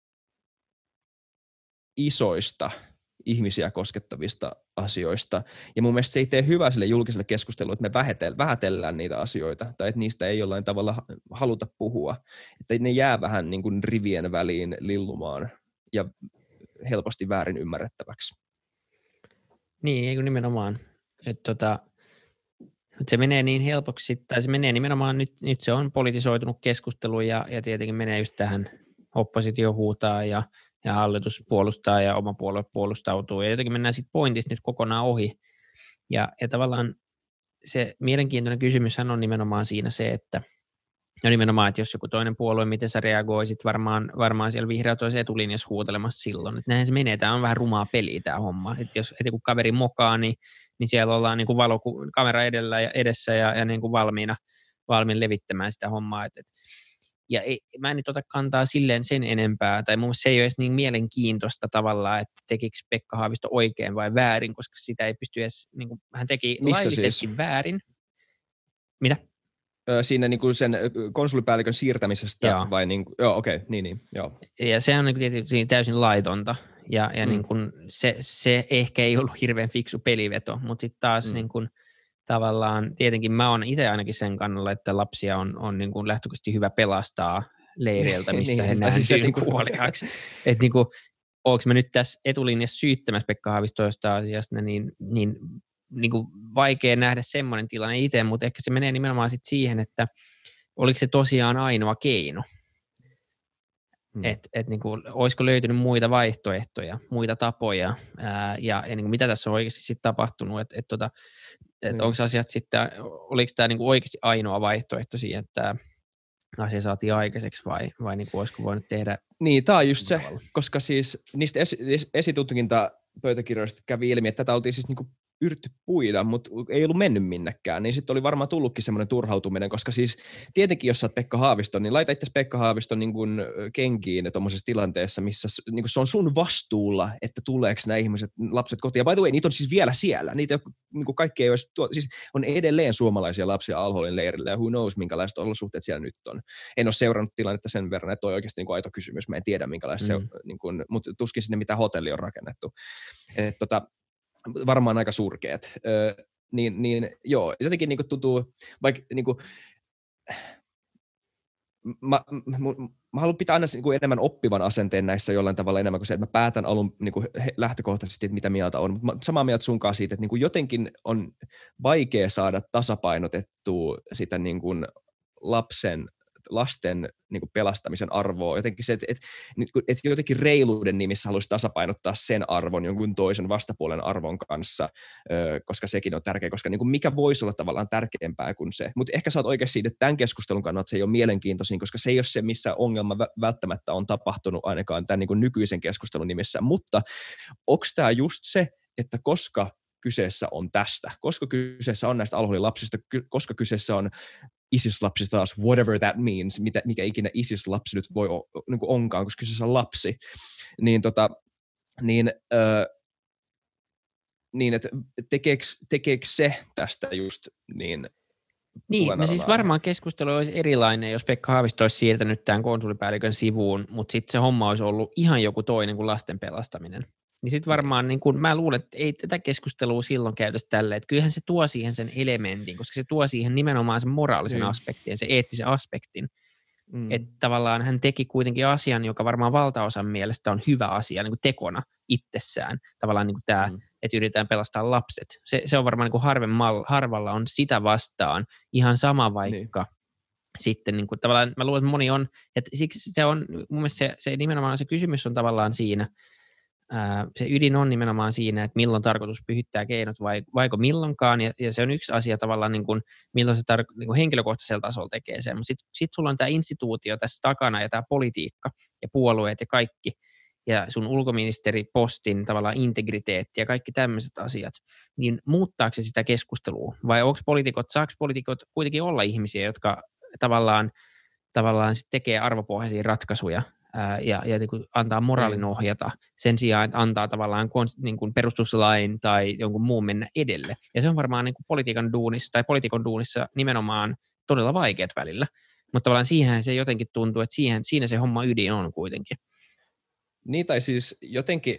isoista ihmisiä koskettavista asioista. Ja mun mielestä se ei tee hyvää sille julkiselle keskustelulle, että me vähätellään niitä asioita, tai että niistä ei jollain tavalla haluta puhua. Että ne jää vähän niin kuin rivien väliin lillumaan ja helposti väärin ymmärrettäväksi. Niin, eikö nimenomaan. Että se menee niin helpoksi, tai se menee nimenomaan, nyt se on politisoitunut keskustelu, ja tietenkin menee just tähän oppositio huutaa, ja hallitus puolustaa, ja oma puolue puolustautuu, ja jotenkin mennään sitten pointista nyt kokonaan ohi. Ja tavallaan se mielenkiintoinen kysymyshän on nimenomaan siinä se, että jos joku toinen puolue, miten sä reagoisit, varmaan siellä vihreät olisi etulinjassa huutelemassa silloin. Että näinhän se menee, tämä on vähän rumaa peliä tämä homma. Että jos joku kaveri mokaa, niin siellä ollaan niin kuin kamera edessä ja niin kuin valmiin levittämään sitä hommaa. Ja mä en nyt ota kantaa silleen sen enempää, tai mun mielestä se ei ole edes niin mielenkiintoista tavallaan, että tekikö Pekka Haavisto oikein vai väärin, koska sitä ei pysty edes, niin kuin, hän teki laillisesti väärin. Mitä? Siinä niin kuin sen konsulipäällikön siirtämisestä joo. vai niin kuin, joo, okei, niin, joo. Ja se on tietysti täysin laitonta, ja niin kuin se ehkä ei ollut hirveän fiksu peliveto, mutta sitten taas niin kuin, tavallaan, tietenkin mä oon itse ainakin sen kannalla, että lapsia on niin kuin lähtökohtaisesti hyvä pelastaa leireiltä, missä he nähtyy kuoliaaksi. Että niin kuin, oonko mä nyt tässä etulinjassa syyttämässä Pekka Haavistoa jostain asiasta, niin kuin vaikea nähdä semmoinen tilanne itse, mutta ehkä se menee nimenomaan sit siihen, että oliko se tosiaan ainoa keino. Että niin kuin, olisiko löytynyt muita vaihtoehtoja, muita tapoja, ja niin kuin, mitä tässä on oikeasti sitten tapahtunut, että onko asiat sitten, oliko tämä niin kuin oikeasti ainoa vaihtoehto siihen, että asia saatiin aikaiseksi vai niin kuin, olisiko voinut tehdä? Niin, tämä on just se, koska siis niistä esitutkintapöytäkirjoista kävi ilmi, että tätä oltiin siis niin kuin yritetty puida, mutta ei ollut mennyt minnekään, niin sitten oli varmaan tullutkin semmoinen turhautuminen, koska siis tietenkin, jos sä oot Pekka Haavisto, niin laita itse Pekka Haaviston niin kuin kenkiin tuommoisessa tilanteessa, missä niin kuin se on sun vastuulla, että tuleeko nämä ihmiset, lapset kotiin. Ja by the way, niitä on siis vielä siellä. Niitä niin kuin kaikki ei olisi, siis on edelleen suomalaisia lapsia Al-Holin leirillä, ja who knows, minkälaiset olosuhteet siellä nyt on. En ole seurannut tilannetta sen verran, että toi oikeasti niin kuin aito kysymys. Mä en tiedä, minkälaista se on, niin kuin, mutta tuskin sinne mitä hotelli on rakennettu. Varmaan aika surkeat. Niin joo, jotenkin niinku tuntuu, vaikka niinku, mä haluan pitää aina niinku enemmän oppivan asenteen näissä jollain tavalla enemmän kuin se, että mä päätän niinku lähtökohtaisesti, että mitä mieltä on. Mutta samaa mieltä sunkaan siitä, että niinku jotenkin on vaikea saada tasapainotettua sitä niinku lapsen lasten niin kuin pelastamisen arvoa. Jotenkin se, että jotenkin reiluuden nimissä haluaisi tasapainottaa sen arvon jonkun toisen vastapuolen arvon kanssa, koska sekin on tärkeä, koska niin kuin mikä voisi olla tavallaan tärkeämpää kuin se. Mutta ehkä sä oot oikein siitä, että tämän keskustelun kannalta se ei ole mielenkiintoisin, koska se ei ole se, missä ongelma välttämättä on tapahtunut ainakaan tämän niin kuin nykyisen keskustelun nimissä. Mutta onko tämä just se, että koska kyseessä on tästä, koska kyseessä on näistä Al-Holin lapsista, koska kyseessä on ISIS-lapsi taas, whatever that means, mikä ikinä ISIS-lapsi nyt voi niin kuin onkaan, koska kyseessä on lapsi, niin että tekeekö se tästä just niin. Niin, no siis varmaan keskustelu olisi erilainen, jos Pekka Haavisto olisi siirtänyt tämän konsulipäällikön sivuun, mutta sitten se homma olisi ollut ihan joku toinen kuin lasten pelastaminen. Niin sitten varmaan, niin kun, mä luulen, että ei tätä keskustelua silloin käytäisi tälleen, että kyllähän se tuo siihen sen elementin, koska se tuo siihen nimenomaan sen moraalisen aspektin ja sen eettisen aspektin. Että tavallaan hän teki kuitenkin asian, joka varmaan valtaosan mielestä on hyvä asia niin kuin tekona itsessään. Tavallaan niin kuin tämä, että yritetään pelastaa lapset. Se on varmaan niin kuin harvalla on sitä vastaan ihan sama vaikka sitten niin kuin, tavallaan mä luulen, että moni on, että siksi se on, mun mielestä se nimenomaan se kysymys on tavallaan siinä, se ydin on nimenomaan siinä, että milloin tarkoitus pyhittää keinot vaiko milloinkaan, ja se on yksi asia tavallaan, niin kuin, milloin se niin kuin henkilökohtaisella tasolla tekee sen, mutta sitten sulla on tämä instituutio tässä takana, ja tämä politiikka, ja puolueet ja kaikki, ja sun ulkoministeripostin tavallaan integriteetti ja kaikki tämmöiset asiat, niin muuttaako se sitä keskustelua, vai saako poliitikot kuitenkin olla ihmisiä, jotka tavallaan sit tekee arvopohjaisia ratkaisuja, ja niin kuin antaa moraalin ohjata sen sijaan, että antaa tavallaan niin kuin perustuslain tai jonkun muun mennä edelle. Ja se on varmaan niin kuin poliitikon duunissa nimenomaan todella vaikeat välillä. Mutta tavallaan siihen se jotenkin tuntuu, että siinä se homma ydin on kuitenkin. Niin, tai siis jotenkin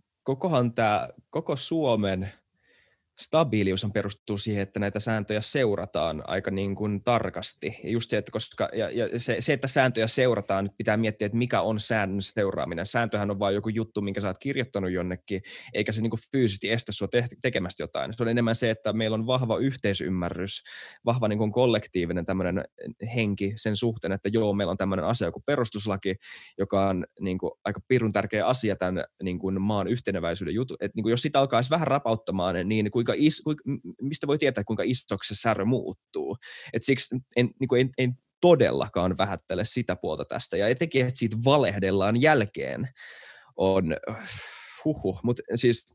koko Suomen stabiilius perustuu siihen, että näitä sääntöjä seurataan aika niin kuin tarkasti. Ja just se, että se, että sääntöjä seurataan, nyt pitää miettiä, että mikä on säännön seuraaminen. Sääntöhän on vain joku juttu, minkä sä oot kirjoittanut jonnekin, eikä se niin kuin fyysisesti estä sua tekemästä jotain. Se on enemmän se, että meillä on vahva yhteisymmärrys, vahva niin kuin kollektiivinen tämmöinen henki sen suhteen, että joo, meillä on tämmöinen asia kuin perustuslaki, joka on niin kuin aika pirun tärkeä asia tämän niin kuin maan yhteneväisyyden juttu. Että niin kuin jos sitä alkaisi vähän rapauttamaan, niin mistä voi tietää, kuinka isoksi se särö muuttuu. Et siksi en todellakaan vähättele sitä puolta tästä. Ja etenkin, että siitä valehdellaan jälkeen on mutta siis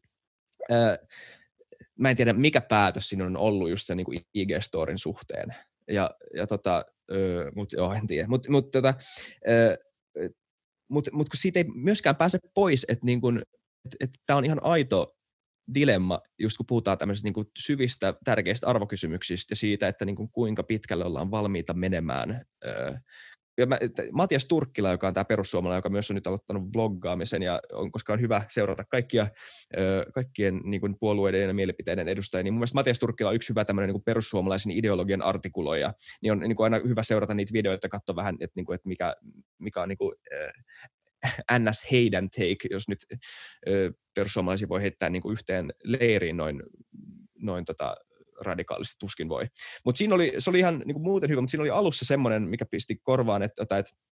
mä en tiedä, mikä päätös siinä on ollut just sen niin kuin IG-storin suhteen. Mutta joo, en tiedä. Mutta kun siitä ei myöskään pääse pois, että niin tämä on ihan aito dilemma, just kun puhutaan tämmöisistä niin kuin syvistä, tärkeistä arvokysymyksistä ja siitä, että niin kuin kuinka pitkälle ollaan valmiita menemään. Matias Turkkila, joka on tämä perussuomalainen, joka myös on nyt aloittanut vloggaamisen, ja koska on hyvä seurata kaikkien niin kuin puolueiden ja mielipiteiden edustajia, niin mun mielestä Matias Turkkila on yksi hyvä tämmöinen niin kuin perussuomalaisen ideologian artikuloija, niin on niin kuin aina hyvä seurata niitä videoita, katsoa vähän, että, niin kuin, että mikä on niin kuin, NS heidän take, jos nyt perussuomalaisia voi heittää niin kuin yhteen leiriin noin radikaalisti, tuskin voi. Mutta se oli ihan niin kuin muuten hyvä, mutta siinä oli alussa semmoinen, mikä pisti korvaan, että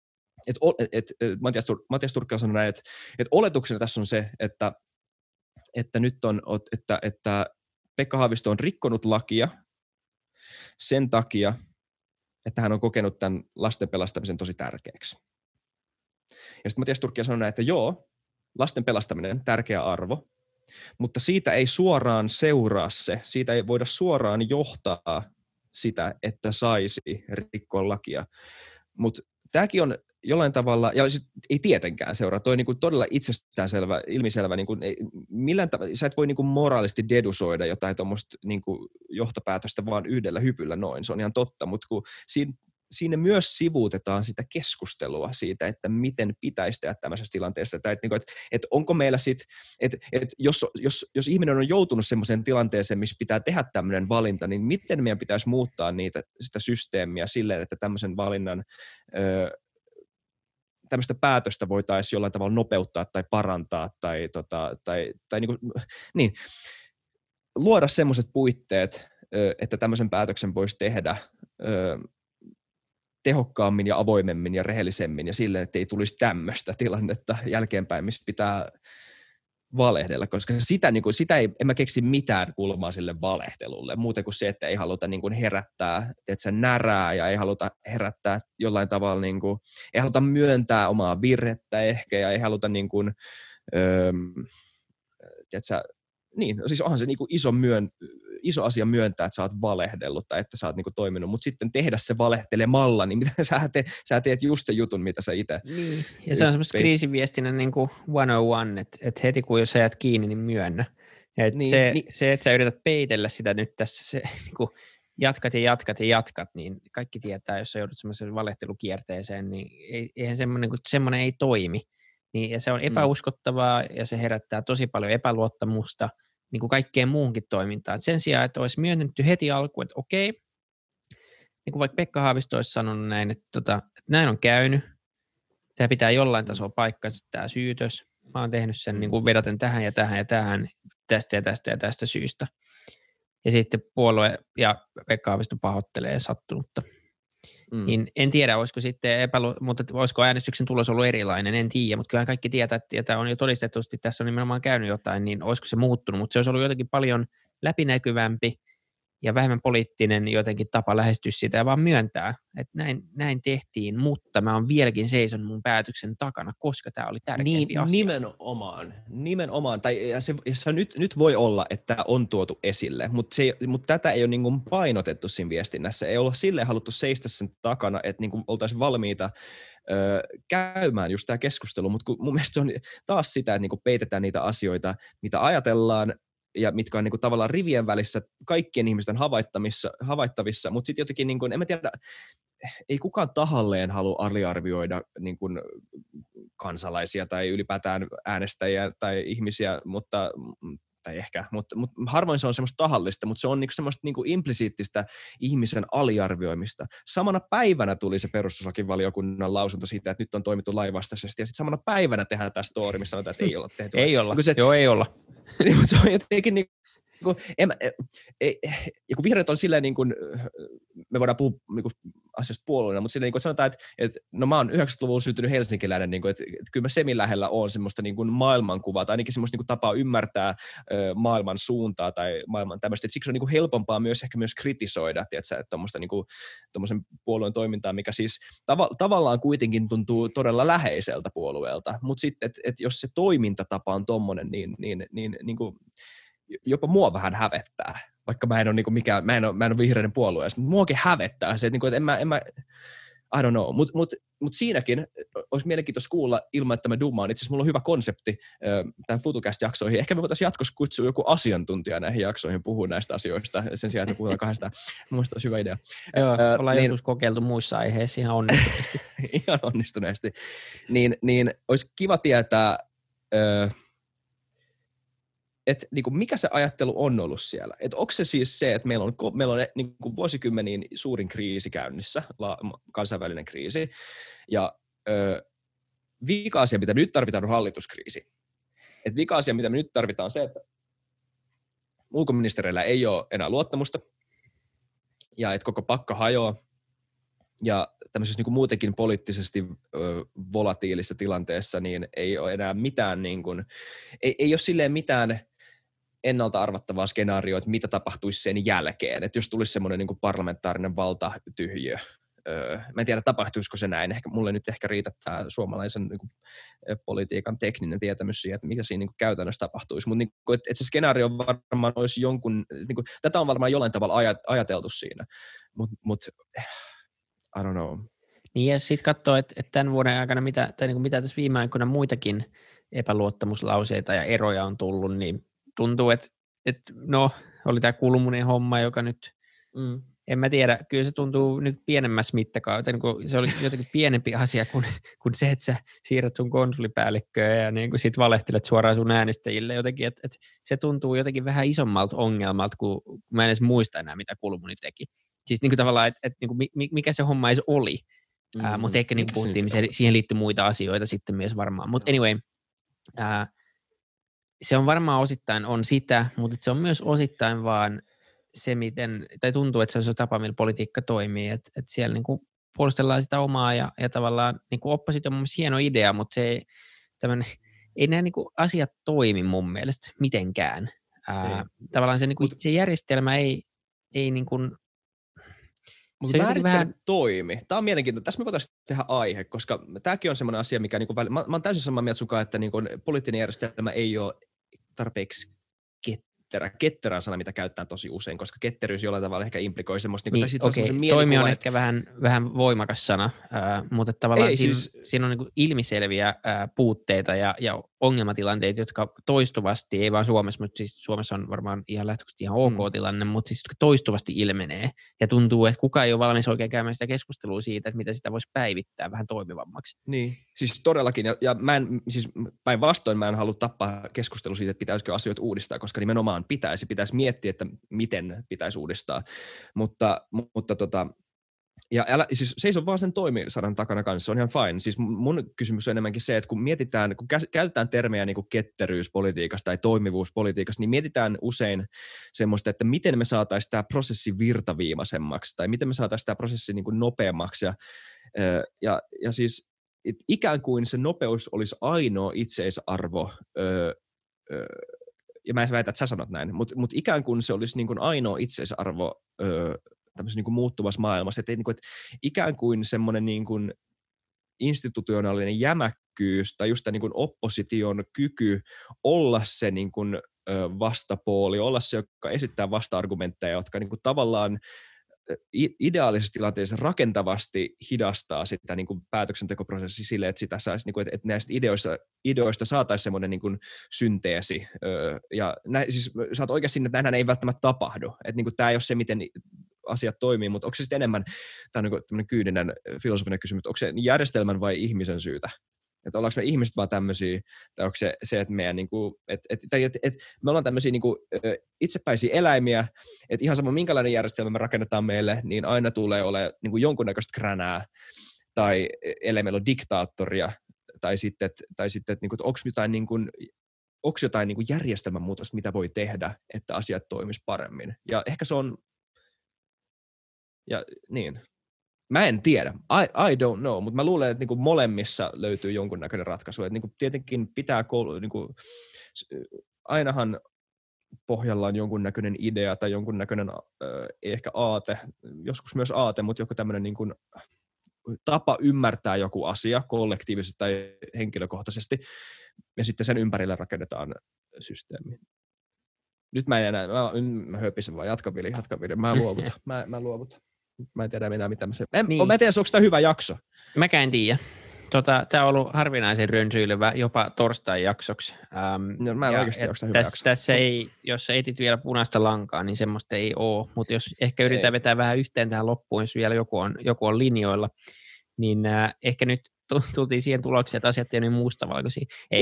Matias Turkkila sanoi näin, että oletuksena tässä on se, että nyt on, että Pekka Haavisto on rikkonut lakia sen takia, että hän on kokenut tämän lasten pelastamisen tosi tärkeäksi. Ja sitten Matias Turkkila sanoi näin, että joo, lasten pelastaminen, tärkeä arvo, mutta siitä ei suoraan seuraa siitä ei voida suoraan johtaa sitä, että saisi rikkoa lakia. Mutta tämäkin on jollain tavalla, ja ei tietenkään seuraa, toi niinku todella itsestäänselvä, ilmiselvä, niinku, sä et voi niinku moraalisesti dedusoida jotain tuommoista niinku johtopäätöstä vaan yhdellä hypyllä noin, se on ihan totta, mutta kun siinä myös sivuutetaan sitä keskustelua siitä, että miten pitäisi tehdä tämmöisessä tilanteessa, että onko meillä sitten, että jos ihminen on joutunut semmoiseen tilanteeseen, missä pitää tehdä tämmöinen valinta, niin miten meidän pitäisi muuttaa sitä systeemiä silleen, että tämmöisen valinnan tämmöistä päätöstä voitaisiin jollain tavalla nopeuttaa tai parantaa tai luoda semmoiset puitteet, että tämmöisen päätöksen voisi tehokkaammin ja avoimemmin ja rehellisemmin ja silleen, että ei tulisi tämmöistä tilannetta jälkeenpäin, missä pitää valehdella, koska sitä ei, en mä keksi mitään kulmaa sille valehtelulle, muuten kuin se, että ei haluta niin kuin herättää närää ja ei haluta herättää jollain tavalla, niin kuin, ei haluta myöntää omaa virhettä ehkä ja ei haluta niin kuin, niin, siis onhan se niin kuin iso asia myöntää, että sä oot valehdellut tai että sä oot niin kuin toiminut, mutta sitten tehdä se valehtelemalla, niin mitä sä teet just sen jutun, mitä sä itse. Niin, ja se on semmoista kriisiviestinnän niin kuin 101, että heti kun jos sä jäät kiinni, niin myönnä. Se, että sä yrität peitellä sitä nyt tässä, se niin kuin jatkat, niin kaikki tietää, jos sä joudut semmoiseen valehtelukierteeseen, niin eihän semmoinen ei toimi. Niin, ja se on epäuskottavaa ja se herättää tosi paljon epäluottamusta niin kuin kaikkeen muuhunkin toimintaan. Et sen sijaan, että olisi myönnetty heti alkuun, että okei, niin kuin vaikka Pekka Haavisto olisi sanonut näin, että näin on käynyt, tämä pitää jollain tasolla paikkansa tämä syytös, mä oon tehnyt sen niin kuin vedoten tähän ja tähän ja tähän, tästä syystä. Ja sitten puolue ja Pekka Haavisto pahoittelee sattunutta. Niin en tiedä, olisiko sitten mutta olisiko äänestyksen tulos ollut erilainen, en tiedä, mutta kyllä kaikki tietää, että on jo todistetusti, tässä on nimenomaan käynyt jotain, niin olisiko se muuttunut, mutta se olisi ollut jotenkin paljon läpinäkyvämpi ja vähemmän poliittinen jotenkin tapa lähestyä sitä ja vaan myöntää, että näin tehtiin, mutta mä oon vieläkin seison mun päätöksen takana, koska tämä oli tärkeämpi asia. Nimenomaan. Tai se nyt voi olla, että on tuotu esille, mutta tätä ei ole niin kuin painotettu siinä viestinnässä. Ei olla silleen haluttu seistä sen takana, että niin kuin oltaisiin valmiita käymään just tämä keskustelu, mutta mun mielestä se on taas sitä, että niin kuin peitetään niitä asioita, mitä ajatellaan, ja mitkä on niin kuin tavallaan rivien välissä kaikkien ihmisten havaittavissa, mutta sitten jotenkin, niin kuin, en mä tiedä, ei kukaan tahalleen halua aliarvioida niin kuin kansalaisia tai ylipäätään äänestäjiä tai ihmisiä, mutta harvoin se on semmoista tahallista, mutta se on niinku semmoista niinku implisiittistä ihmisen aliarvioimista. Samana päivänä tuli se perustuslakivaliokunnan lausunto siitä, että nyt on toimittu lainvastaisesti, ja sitten samana päivänä tehdään tämä story, missä sanotaan, että ei olla tehty. Ei olla, ei olla. Se on jotenkin niin ja kun vihreät on silleen, niin kuin, me voidaan puhua niin kuin asiasta puolueena, mutta silleen, niin kuin sanotaan, että no mä oon 90-luvulla syntynyt helsinkiläinen, niin kuin, että kyllä mä semin lähellä on semmoista niin kuin maailmankuvaa tai ainakin semmoista niin kuin tapaa ymmärtää maailman suuntaa tai maailman tämmöistä, että siksi on niin kuin helpompaa ehkä myös kritisoida, että tuommoista niin kuin tommoisen puolueen toimintaa, mikä siis tavallaan kuitenkin tuntuu todella läheiseltä puolueelta, mutta sitten, että jos se toimintatapa on tommoinen, niin kuin jopa mua vähän hävettää, vaikka mä en ole niinku mikään, mä en ole vihreiden puolueessa, mutta muakin hävettää se, että niinku, että en mä I don't know, mut siinäkin olisi mielenkiintoista kuulla ilman, että mä dumaan. Itse asiassa mulla on hyvä konsepti tämän FutuCast-jaksoihin. Ehkä me voitaisiin jatkossa kutsua joku asiantuntija näihin jaksoihin puhua näistä asioista sen sijaan, että me puhutaan kahdesta. Mielestäni olisi hyvä idea. Joo, ollaan joskus kokeiltu muissa aiheissa ihan onnistuneesti. Ihan onnistuneesti. Niin olisi kiva tietää, että niinku, mikä se ajattelu on ollut siellä. Että onko se siis se, että meillä on niinku, vuosikymmeniin suurin kriisi käynnissä, kansainvälinen kriisi, ja vika-asia, mitä nyt tarvitaan, on hallituskriisi. Et vika-asia, mitä me nyt tarvitaan, on se, että ulkoministereillä ei ole enää luottamusta, ja että koko pakka hajoaa, ja tämmöisessä niinku muutenkin poliittisesti volatiilisessa tilanteessa niin ei ole enää mitään, niin kuin, ei ole silleen mitään ennalta arvattavaa skenaarioa, että mitä tapahtuisi sen jälkeen, että jos tulisi semmoinen niin kuin parlamentaarinen valtatyhjiö. Mä en tiedä, tapahtuisiko se näin. Mulle nyt ehkä riittää suomalaisen niin kuin, politiikan tekninen tietämys siihen, että mitä siinä niin kuin, käytännössä tapahtuisi. Mutta niin että se skenaario varmaan olisi jonkun, niin kuin, tätä on varmaan jollain tavalla ajateltu siinä, mutta I don't know. Niin ja sitten katsoo, että tämän vuoden aikana, mitä tässä viime aikoina muitakin epäluottamuslauseita ja eroja on tullut, niin tuntuu, että no, oli tämä Kulmunin homma, joka nyt, en mä tiedä, kyllä se tuntuu nyt pienemmässä mittakaavassa, niin se oli jotenkin pienempi asia kuin se, että sä siirrät sun konsulipäällikköä ja niin kuin sit valehtelet suoraan sun äänestäjille jotenkin, että se tuntuu jotenkin vähän isommalta ongelmalta, kun mä en edes muista enää, mitä Kulmuni teki. Siis niin kuin tavallaan, että niin kuin mikä se homma edes oli, mutta ehkä niin kuin puhuttiin, niin siihen liittyy muita asioita sitten myös varmaan, mutta anyway, se on varmaan osittain on sitä, mutta se on myös osittain vaan se, miten, tai tuntuu, että se on se tapa, millä politiikka toimii, että siellä niin kuin puolustellaan sitä omaa ja tavallaan niin kuin oppositio on mun mielestä hieno idea, mutta ei nämä niin kuin asiat toimi mun mielestä mitenkään. Tavallaan se, niin kuin, se järjestelmä ei niin kuin, mutta määrittely toimi. Tämä on mielenkiintoista. Tässä me voitaisiin tehdä aihe, koska tämäkin on semmoinen asia, mikä niin kuin, mä oon täysin samaa mieltä sunkaan, että niin kuin, poliittinen järjestelmä ei ole tarpeeksi ketterä on sana, mitä käytetään tosi usein, koska ketteryys jollain tavalla ehkä implikoi semmoista. Niin, toimi on ehkä vähän voimakas sana, mutta tavallaan siinä on niin kuin ilmiselviä puutteita ja ongelmatilanteita, jotka toistuvasti, ei vaan Suomessa, mutta siis Suomessa on varmaan ihan lähtökohtaisesti ihan ok tilanne, mutta siis toistuvasti ilmenee ja tuntuu, että kukaan ei ole valmis oikein käymään sitä keskustelua siitä, että mitä sitä voisi päivittää vähän toimivammaksi. Niin, siis todellakin, ja päinvastoin mä en halua tappaa keskustelua siitä, että pitäisikö asioita uudistaa, koska nimenomaan pitäisi miettiä, että miten pitäisi uudistaa, mutta siis seiso vaan sen toimisanan takana kanssa, se on ihan fine. Siis mun kysymys on enemmänkin se, että kun käytetään termejä niin kuin ketteryyspolitiikasta tai toimivuuspolitiikasta, niin mietitään usein semmoista, että miten me saataisiin tämä prosessi virtaviimaisemmaksi tai miten me saataisiin tämä prosessi niin kuin nopeammaksi ja siis ikään kuin se nopeus olisi ainoa itseisarvo, ja mä en väitä, että sä sanot näin, mutta ikään kuin se olisi niin kuin ainoa itseisarvo tämmöisessä niin kuin muuttuvassa maailmassa, että ikään kuin semmoinen niin kuin institutionaalinen jämäkkyys tai just tämä niin kuin opposition kyky olla se niin kuin vastapuoli, olla se, joka esittää vasta-argumentteja, jotka niin kuin tavallaan ideaalisessa tilanteessa rakentavasti hidastaa sitä niin kuin päätöksentekoprosessia silleen, että sitä saisi, niin kuin, että näistä ideoista saataisiin semmoinen niin kuin synteesi. Ja siis sä oot oikeasti siinä, että näinhän ei välttämättä tapahdu. Että niin kuin, tämä ei ole se, miten asiat toimii, mutta onko se sitten enemmän, tämä on niin kuin kyyninen filosofinen kysymys, onko se järjestelmän vai ihmisen syytä? Että ollaanko me ihmiset vaan tämmöisiä, tai onko se että meidän niinku, me ollaan tämmöisiä niinku, itsepäisiä eläimiä, että ihan sama minkälainen järjestelmä me rakennetaan meille, niin aina tulee olemaan niinku jonkunnäköistä kränää, tai ellei meillä on diktaattoria, tai sitten että niinku, onko jotain niinku järjestelmän muutosta, mitä voi tehdä, että asiat toimisi paremmin. Ja ehkä se on, ja niin. Mä en tiedä. I don't know, mutta mä luulen, että niinku molemmissa löytyy jonkunnäköinen ratkaisu. Et niinku tietenkin pitää niinku, ainahan pohjalla on jonkunnäköinen idea tai jonkunnäköinen ehkä aate, joskus myös aate, mutta joku tämmöinen niinku tapa ymmärtää joku asia kollektiivisesti tai henkilökohtaisesti, ja sitten sen ympärille rakennetaan systeemi. Nyt mä en enää, mä höpisen vaan, jatka Vili, mä luovutan. Mä en tiedä enää mitä mä en tiedä, onko tämä hyvä jakso. Mäkään en tiedä. Tämä on ollut harvinaisen rönsyilevä jopa torstai-jaksoksi. No, mä en oikeasti, onko tämä hyvä jakso. Tässä ei, jos sä etit vielä punaista lankaa, niin semmoista ei ole. Mutta jos ehkä yritetään vetää vähän yhteen tähän loppuun, jos vielä joku on linjoilla, niin ehkä nyt tultiin siihen tulokseen, että asiat ei ole niin mustavalkoisia. Ei,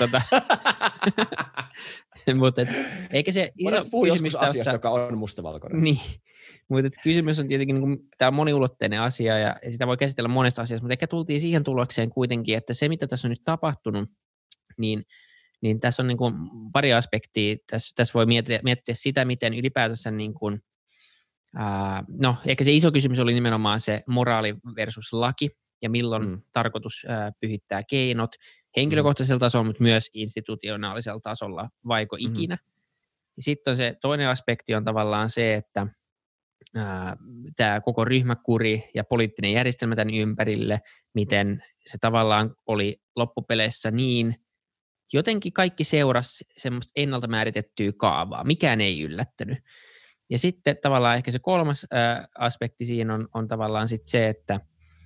mutta eikä se iso kysymys asiasta, joka on mustavalkoinen. Niin. Mutta kysymys on tietenkin, niin tämä on moniulotteinen asia ja sitä voi käsitellä monesta asiasta, mutta ehkä tultiin siihen tulokseen kuitenkin, että se mitä tässä on nyt tapahtunut, niin tässä on niin kuin pari aspektia. Tässä voi miettiä sitä, miten ylipäätänsä, niin kuin, ehkä se iso kysymys oli nimenomaan se moraali versus laki ja milloin tarkoitus pyhittää keinot henkilökohtaisella tasolla, mutta myös institutionaalisella tasolla, vaiko ikinä. Sitten on se toinen aspekti on tavallaan se, että tämä koko ryhmäkuri ja poliittinen järjestelmä tämän ympärille, miten se tavallaan oli loppupeleissä niin, jotenkin kaikki seurasi semmoista ennalta määritettyä kaavaa, mikään ei yllättänyt. Ja sitten tavallaan ehkä se kolmas aspekti siinä on tavallaan sitten se, että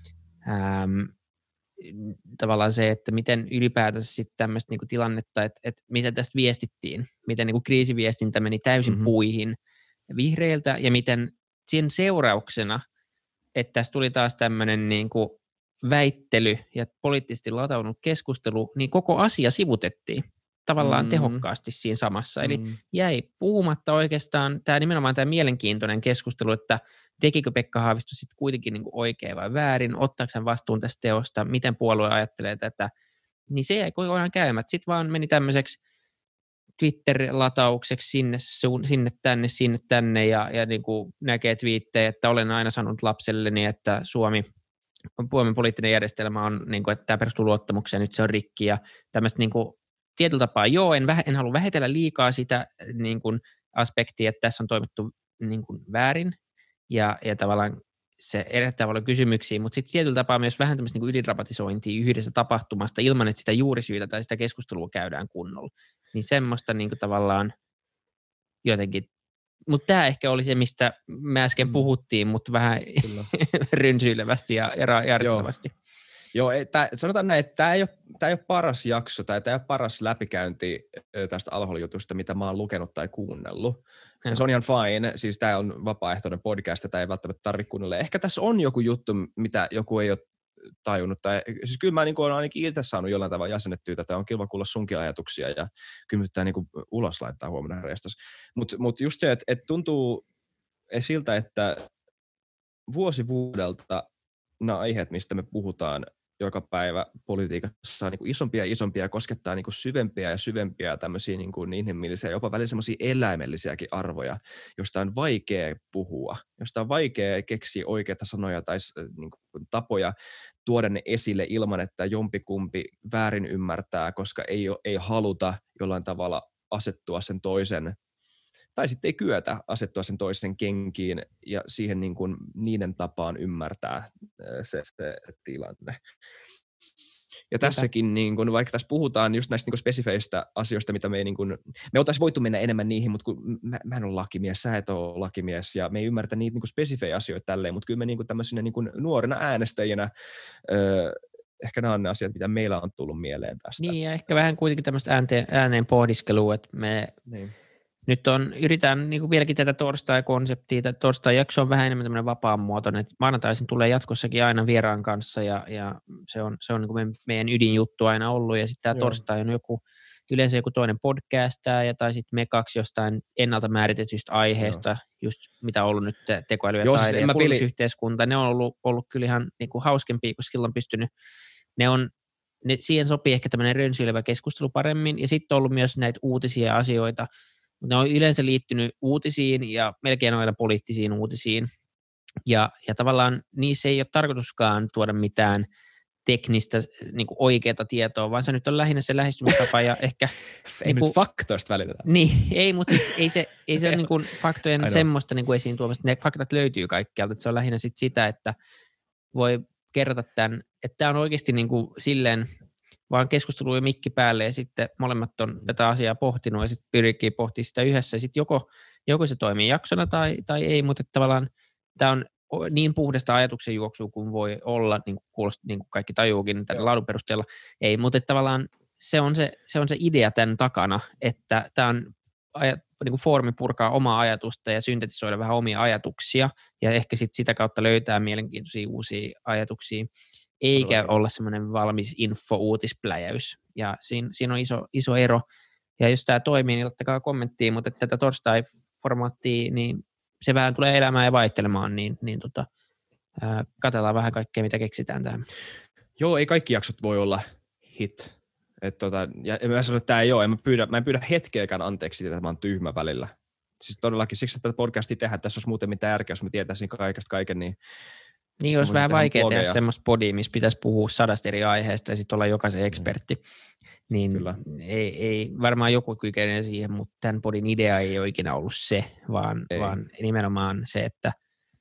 tavallaan se, että miten ylipäätänsä sitten tämmöistä niinku tilannetta, että mitä tästä viestittiin, miten niinku kriisiviestintä meni täysin puihin vihreiltä ja miten sen seurauksena, että tässä tuli taas tämmöinen niinku väittely ja poliittisesti latautunut keskustelu, niin koko asia sivutettiin tavallaan tehokkaasti siinä samassa. Eli jäi puhumatta oikeastaan nimenomaan tämä mielenkiintoinen keskustelu, että tekikö Pekka Haavisto sitten kuitenkin niinku oikein vai väärin, ottaako hän vastuun tästä teosta, miten puolue ajattelee tätä, niin se jäi kokonaan käymättä. Sitten vaan meni tämmöiseksi Twitter-lataukseksi sinne tänne ja niin kuin näkee twiittejä, että olen aina sanonut lapselleni, että Suomi Suomen poliittinen järjestelmä on, niin kuin, että tämä perustuu luottamukseen, nyt se on rikki ja tämmöistä niin kuin, tietyllä tapaa, en halua vähätellä liikaa sitä niin kuin, aspektia, että tässä on toimittu niin kuin, väärin ja tavallaan se herättää paljon kysymyksiä, mutta sitten tietyllä tapaa myös vähän tämmöistä niin kuin ydinramatisointia yhdessä tapahtumasta ilman, että sitä juurisyytä tai sitä keskustelua käydään kunnolla. Niin semmoista niin kuin, tavallaan jotenkin, mutta tämä ehkä oli se, mistä me äsken puhuttiin, mutta vähän rynsyilevästi ja jarruttavasti. Joo, sanotaan näin, että tämä ei ole paras jakso tai tämä ei ole paras läpikäynti tästä Al-Hol-jutusta, mitä mä oon lukenut tai kuunnellut. Ja se on ihan fine, siis tämä on vapaaehtoinen podcast, tämä ei välttämättä tarvitse kuunnella. Ehkä tässä on joku juttu, mitä joku ei ole tajunnut. Siis kyllä mä olen ainakin itse saanut jollain tavalla jäsennettyä tätä, on kiva kuulla sunkin ajatuksia ja kyllä tämä niin ulos laittaa huomenna reistas. Mutta just se, että tuntuu siltä, että vuosi vuodelta nämä aiheet, mistä me puhutaan joka päivä politiikassa, on niin isompia ja isompia ja koskettaa niin syvempiä ja syvempiä tämmöisiä niin inhimillisiä, jopa välillä semmoisia eläimellisiäkin arvoja, joista on vaikea puhua, josta on vaikea keksiä oikeita sanoja tai niin tapoja tuoda ne esille ilman, että jompikumpi väärin ymmärtää, koska ei haluta jollain tavalla asettua sen toisen tai sitten ei kyetä asettua sen toisen kenkiin ja siihen niin kuin niiden tapaan ymmärtää se tilanne. Ja tässäkin, niin kun, vaikka tässä puhutaan just näistä niin kun spesifeistä asioista, mitä me ei, niin kun, me oltaisiin voitu mennä enemmän niihin, mutta kun mä en ole lakimies, sä et ole lakimies, ja me ei ymmärretä niitä niin kun spesifejä asioita tälleen, mutta kyllä me niin kun tämmöisenä niin kun nuorena äänestäjänä, ehkä nämä on ne asiat, mitä meillä on tullut mieleen tästä. Niin, ja ehkä vähän kuitenkin tämmöistä ääneen pohdiskelua, että me nyt yritetään niin vieläkin tätä torstai-konseptia, että torstai-jakso on vähän enemmän tämmöinen vapaamuotoinen, että maanantaisin tulee jatkossakin aina vieraan kanssa, ja se on niin kuin meidän ydinjuttu aina ollut, ja sitten tämä torstai on yleensä joku toinen podcastaa, tai sitten me kaksi jostain ennalta määritetystä aiheesta, just mitä on ollut nyt tekoäly ja taide ja kulutusyhteiskunta, ne on ollut kyllä ihan niin kuin hauskempia, koska silloin on pystynyt, siihen sopii ehkä tämmöinen rönsyilevä keskustelu paremmin, ja sitten on ollut myös näitä uutisia asioita, mutta ne on yleensä liittynyt uutisiin ja melkein aina poliittisiin uutisiin. Ja tavallaan niissä ei ole tarkoituskaan tuoda mitään teknistä niin kuin oikeaa tietoa, vaan se nyt on lähinnä se lähestymistapa ja ehkä... ei nyt faktoista välitetään. Niin, ei, mutta siis ei se ole niin kuin faktojen semmoista niin kuin esiin tuomasta. Ne faktat löytyy kaikkialta. Että se on lähinnä sitä, että voi kerrota tämän, että tämä on oikeasti niin kuin silleen, vaan keskustelu ja mikki päälle ja sitten molemmat on tätä asiaa pohtinut ja sitten pyrkii pohtimaan sitä yhdessä ja sitten joko se toimii jaksona tai ei, mutta tavallaan tämä on niin puhdasta ajatuksen juoksua kuin voi olla, niin kuin kaikki tajuukin tämän laadun perusteella, ei, mutta tavallaan se on se idea tämän takana, että tämä on niin kuin foorumi purkaa omaa ajatusta ja syntetisoida vähän omia ajatuksia ja ehkä sitä kautta löytää mielenkiintoisia uusia ajatuksia, eikä olla semmoinen valmis info-uutispläjäys. Ja siinä on iso ero. Ja jos tämä toimii, niin ottakaa kommenttia, mutta tätä torstai-formaattia, niin se vähän tulee elämään ja vaihtelemaan, niin katsellaan vähän kaikkea, mitä keksitään tähän. Joo, ei kaikki jaksot voi olla hit. Ja mä sanon, että tämä ei ole. Mä en pyydä hetkeäkään anteeksi, että mä oon tyhmä välillä. Siis todellakin, siksi että tätä podcastia tehdään, tässä olisi muuten mitään järkeä, jos mä tietäisin kaikesta kaiken, niin olisi vähän vaikea tehdä semmoista podia, missä pitäisi puhua 100 eri aiheesta ja sitten olla jokaisen ekspertti. Niin ei varmaan joku kykenee siihen, mutta tämän podin idea ei ole ikinä ollut se, vaan nimenomaan se, että...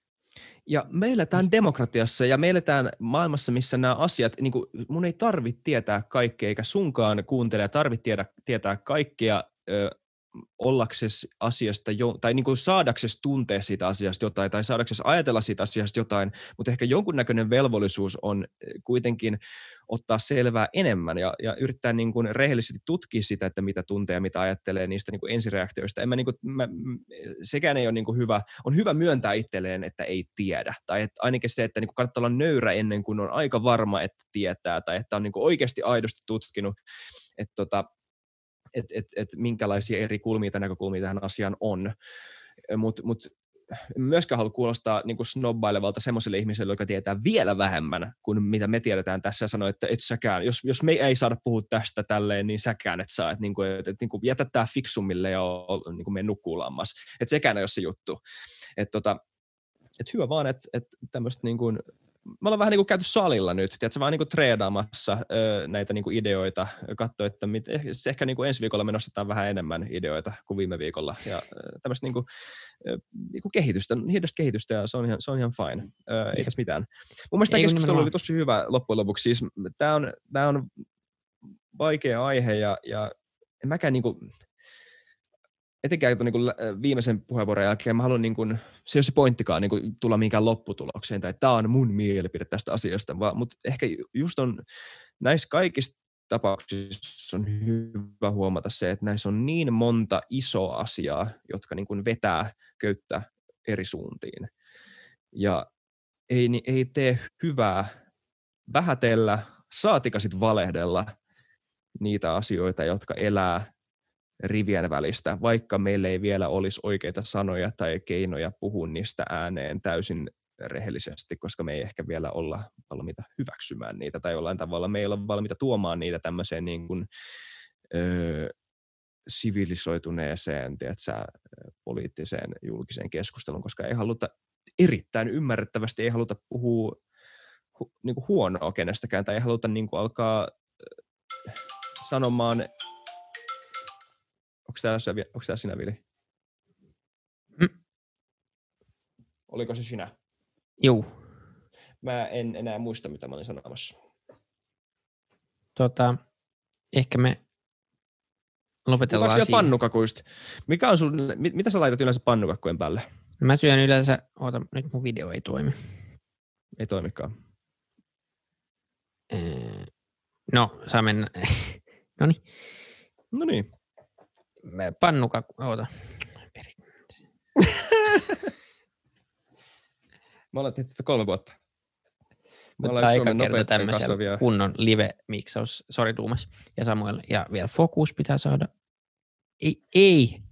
Ja me eletään demokratiassa ja me eletään maailmassa, missä nämä asiat, niin kuin mun ei tarvitse tietää kaikkea, eikä sunkaan kuuntele tarvitse tietää kaikkea ollaksesi asiasta tai niin kuin saadaksesi tuntea siitä asiasta jotain tai saadaksesi ajatella siitä asiasta jotain, mutta ehkä jonkunnäköinen velvollisuus on kuitenkin ottaa selvää enemmän ja yrittää niin kuin rehellisesti tutkia sitä, että mitä tuntee ja mitä ajattelee niistä niin kuin ensireaktioista. Sekään ei ole niin kuin hyvä. On hyvä myöntää itselleen, että ei tiedä. Tai että ainakin se, että niin kuin kannattaa olla nöyrä ennen kuin on aika varma, että tietää tai että on niin kuin oikeasti aidosti tutkinut, että minkälaisia eri kulmia tai näkökulmia tähän asiaan on. Mut myöskään halua kuulostaa niin kuin snobbailevalta semmoiselle ihmiselle, joka tietää vielä vähemmän kuin mitä me tiedetään tässä ja sanoo, että et säkään, jos me ei saada puhua tästä tälleen, niin säkään et saa, että niin kuin jätä tää fiksummille ja niin kuin mene nukkuu lammas. Että sekään ei ole se juttu. Että hyvä vaan, että tämmöistä niin kuin me ollaan vähän niin kuin käyty salilla nyt, tiedätkö, vaan niin kuin treenaamassa näitä niin kuin ideoita, katsoa, että ehkä niin kuin ensi viikolla me nostetaan vähän enemmän ideoita kuin viime viikolla, ja tämmöistä niin kuin kehitystä, hidasta kehitystä, ja se on ihan fine, ei tässä mitään. Mun mielestä tämä keskustelu oli tosi hyvä loppujen lopuksi, siis tämä on vaikea aihe, ja en mäkään niin kuin, etenkään niin kuin viimeisen puheenvuoron jälkeen mä haluan, niin kuin, se ei ole se pointtikaan niin kuin tulla mihinkään lopputulokseen, tai tämä on mun mielipide tästä asiasta, mutta ehkä just on näissä kaikissa tapauksissa on hyvä huomata se, että näissä on niin monta isoa asiaa, jotka niin kuin vetää köyttä eri suuntiin. Ja ei tee hyvää vähätellä, saatika sit valehdella niitä asioita, jotka elää rivien välistä, vaikka meillä ei vielä olisi oikeita sanoja tai keinoja puhua niistä ääneen täysin rehellisesti, koska me ei ehkä vielä olla valmiita hyväksymään niitä, tai jollain tavalla me ei olla valmiita tuomaan niitä tämmöiseen niin kuin, sivilisoituneeseen, tiedätkö, poliittiseen julkiseen keskusteluun, koska ei haluta erittäin ymmärrettävästi, ei haluta puhua niin kuin huonoa kenestäkään, tai ei haluta niin kuin alkaa sanomaan. Onko tämä sinä, Vili? Oliko se sinä? Juu. Mä en enää muista, mitä mä olin sanomassa. Ehkä me lopetellaan siihen. Pannukakuista? Mitä sä laitat yleensä pannukakkujen päälle? Mä syön yleensä, nyt mun video ei toimi. Ei toimikaan. No, saa mennä. Noniin. Pannukakku, Mä olen tehty 3 vuotta. Mutta eka kerta tämmöisellä kunnon live-miksaus, sori Tuumas ja Samuel, ja vielä fokus pitää saada. Ei.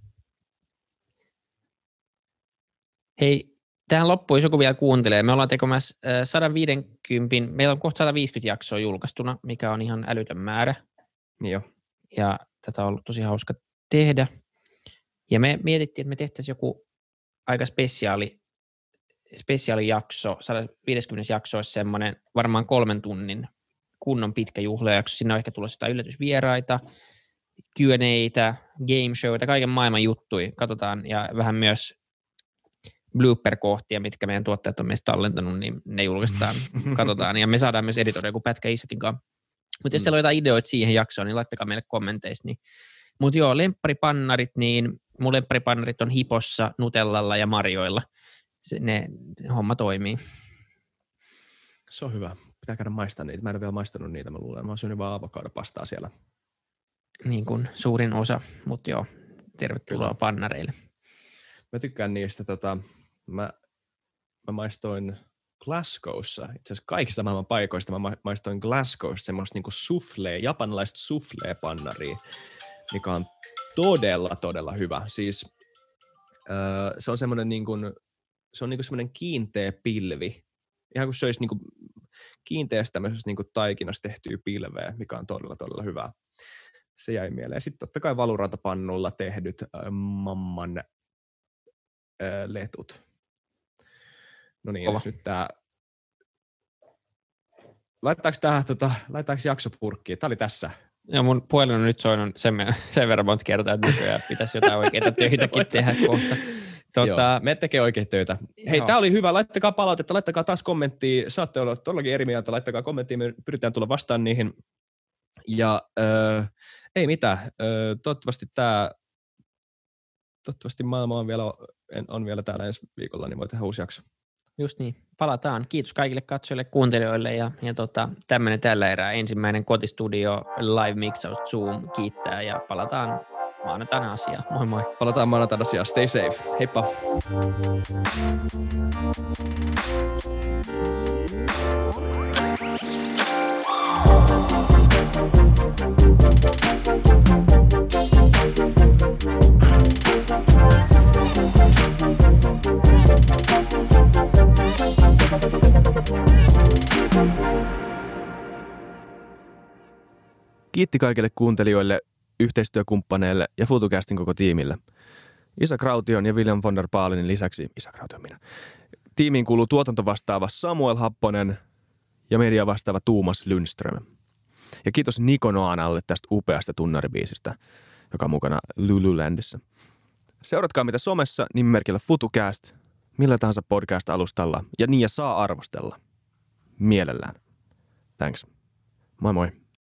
Hei, tähän loppuun, jos joku vielä kuuntelee, me ollaan tekemässä 150, meillä on kohta 150 jaksoa julkaistuna, mikä on ihan älytön määrä. Joo. Ja tätä on ollut tosi hauska tehdä. Ja me mietittiin, että me tehtäisiin joku aika spesiaali jakso, 150 jakso olisi semmoinen varmaan 3 tunnin kunnon pitkä juhlajakso. Sinne on ehkä tulossa jotain yllätysvieraita, Q&A:tä, game showta, kaiken maailman juttuja katsotaan ja vähän myös blooper-kohtia, mitkä meidän tuottajat on meistä tallentanut, niin ne julkaistaan, katsotaan ja me saadaan myös editoida joku pätkä Isakin kanssa. Mutta jos teillä on jotain ideoita siihen jaksoon, niin laittakaa meille kommenteissa. Niin. Mutta joo, lempparipannarit, niin mun lempparipannarit on Hipossa, Nutellalla ja Marjoilla. Ne homma toimii. Se on hyvä. Pitää käydä maistaa niitä. Mä en ole vielä maistanut niitä, mä luulen. Mä oon syönyt vaan avokadopastaa siellä. Niin kuin suurin osa, mutta joo, tervetuloa kyllä pannareille. Mä tykkään niistä. Mä maistoin Glasgowssa, itse asiassa kaikista maailman paikoista mä maistoin Glasgowssa semmoista niinku japanilaista soufflé-pannaria, mikä on todella hyvä. Siis se on semmoinen niinku, semmoinen kiinteä pilvi, ihan kuin söisi niinku kiinteästä tämmöisestä niinku taikinasta tehtyä pilveä, mikä on todella hyvää. Se jäi mieleen. Ja sitten totta kai valurautapannulla tehdyt mamman letut. No niin, nyt tää. Laittaako jakso purkkiin? Tää oli tässä. Joo, mun puhelin on nyt soinut sen verran monta kertaa, että nykyään pitäisi jotain oikeita töitäkin tehdä kohta. Me tekee oikeita töitä. Hei, tää oli hyvä. Laittakaa palautetta, laittakaa taas kommenttia. Saatte olla todellakin eri mieltä. Laittakaa kommenttia, me pyritään tulla vastaan niihin. Ja ei mitään. Toivottavasti maailma on vielä täällä ensi viikolla, niin voi tehdä uusi jakso. Just niin. Palataan. Kiitos kaikille katsojille, kuuntelijoille ja tämmöinen tällä erää. Ensimmäinen kotistudio live mixaus Zoom kiittää ja palataan maanantaina asiaan. Moi moi. Palataan maanantaina asiaan. Stay safe. Heippa. Kiitti kaikille kuuntelijoille, yhteistyökumppaneille ja FutuCastin koko tiimille. Isak Raution ja William von der Baalenin lisäksi, Isak Raution minä, Tiimiin kuuluu tuotantovastaava Samuel Happonen ja media vastaava Tuumas Lundström. Ja kiitos Niko Noanalle tästä upeasta tunnaribiisistä, joka on mukana Lululandissa. Seuratkaa mitä somessa nimimerkillä FutuCast, millä tahansa podcast-alustalla ja niin ja saa arvostella. Mielellään. Thanks. Moi moi.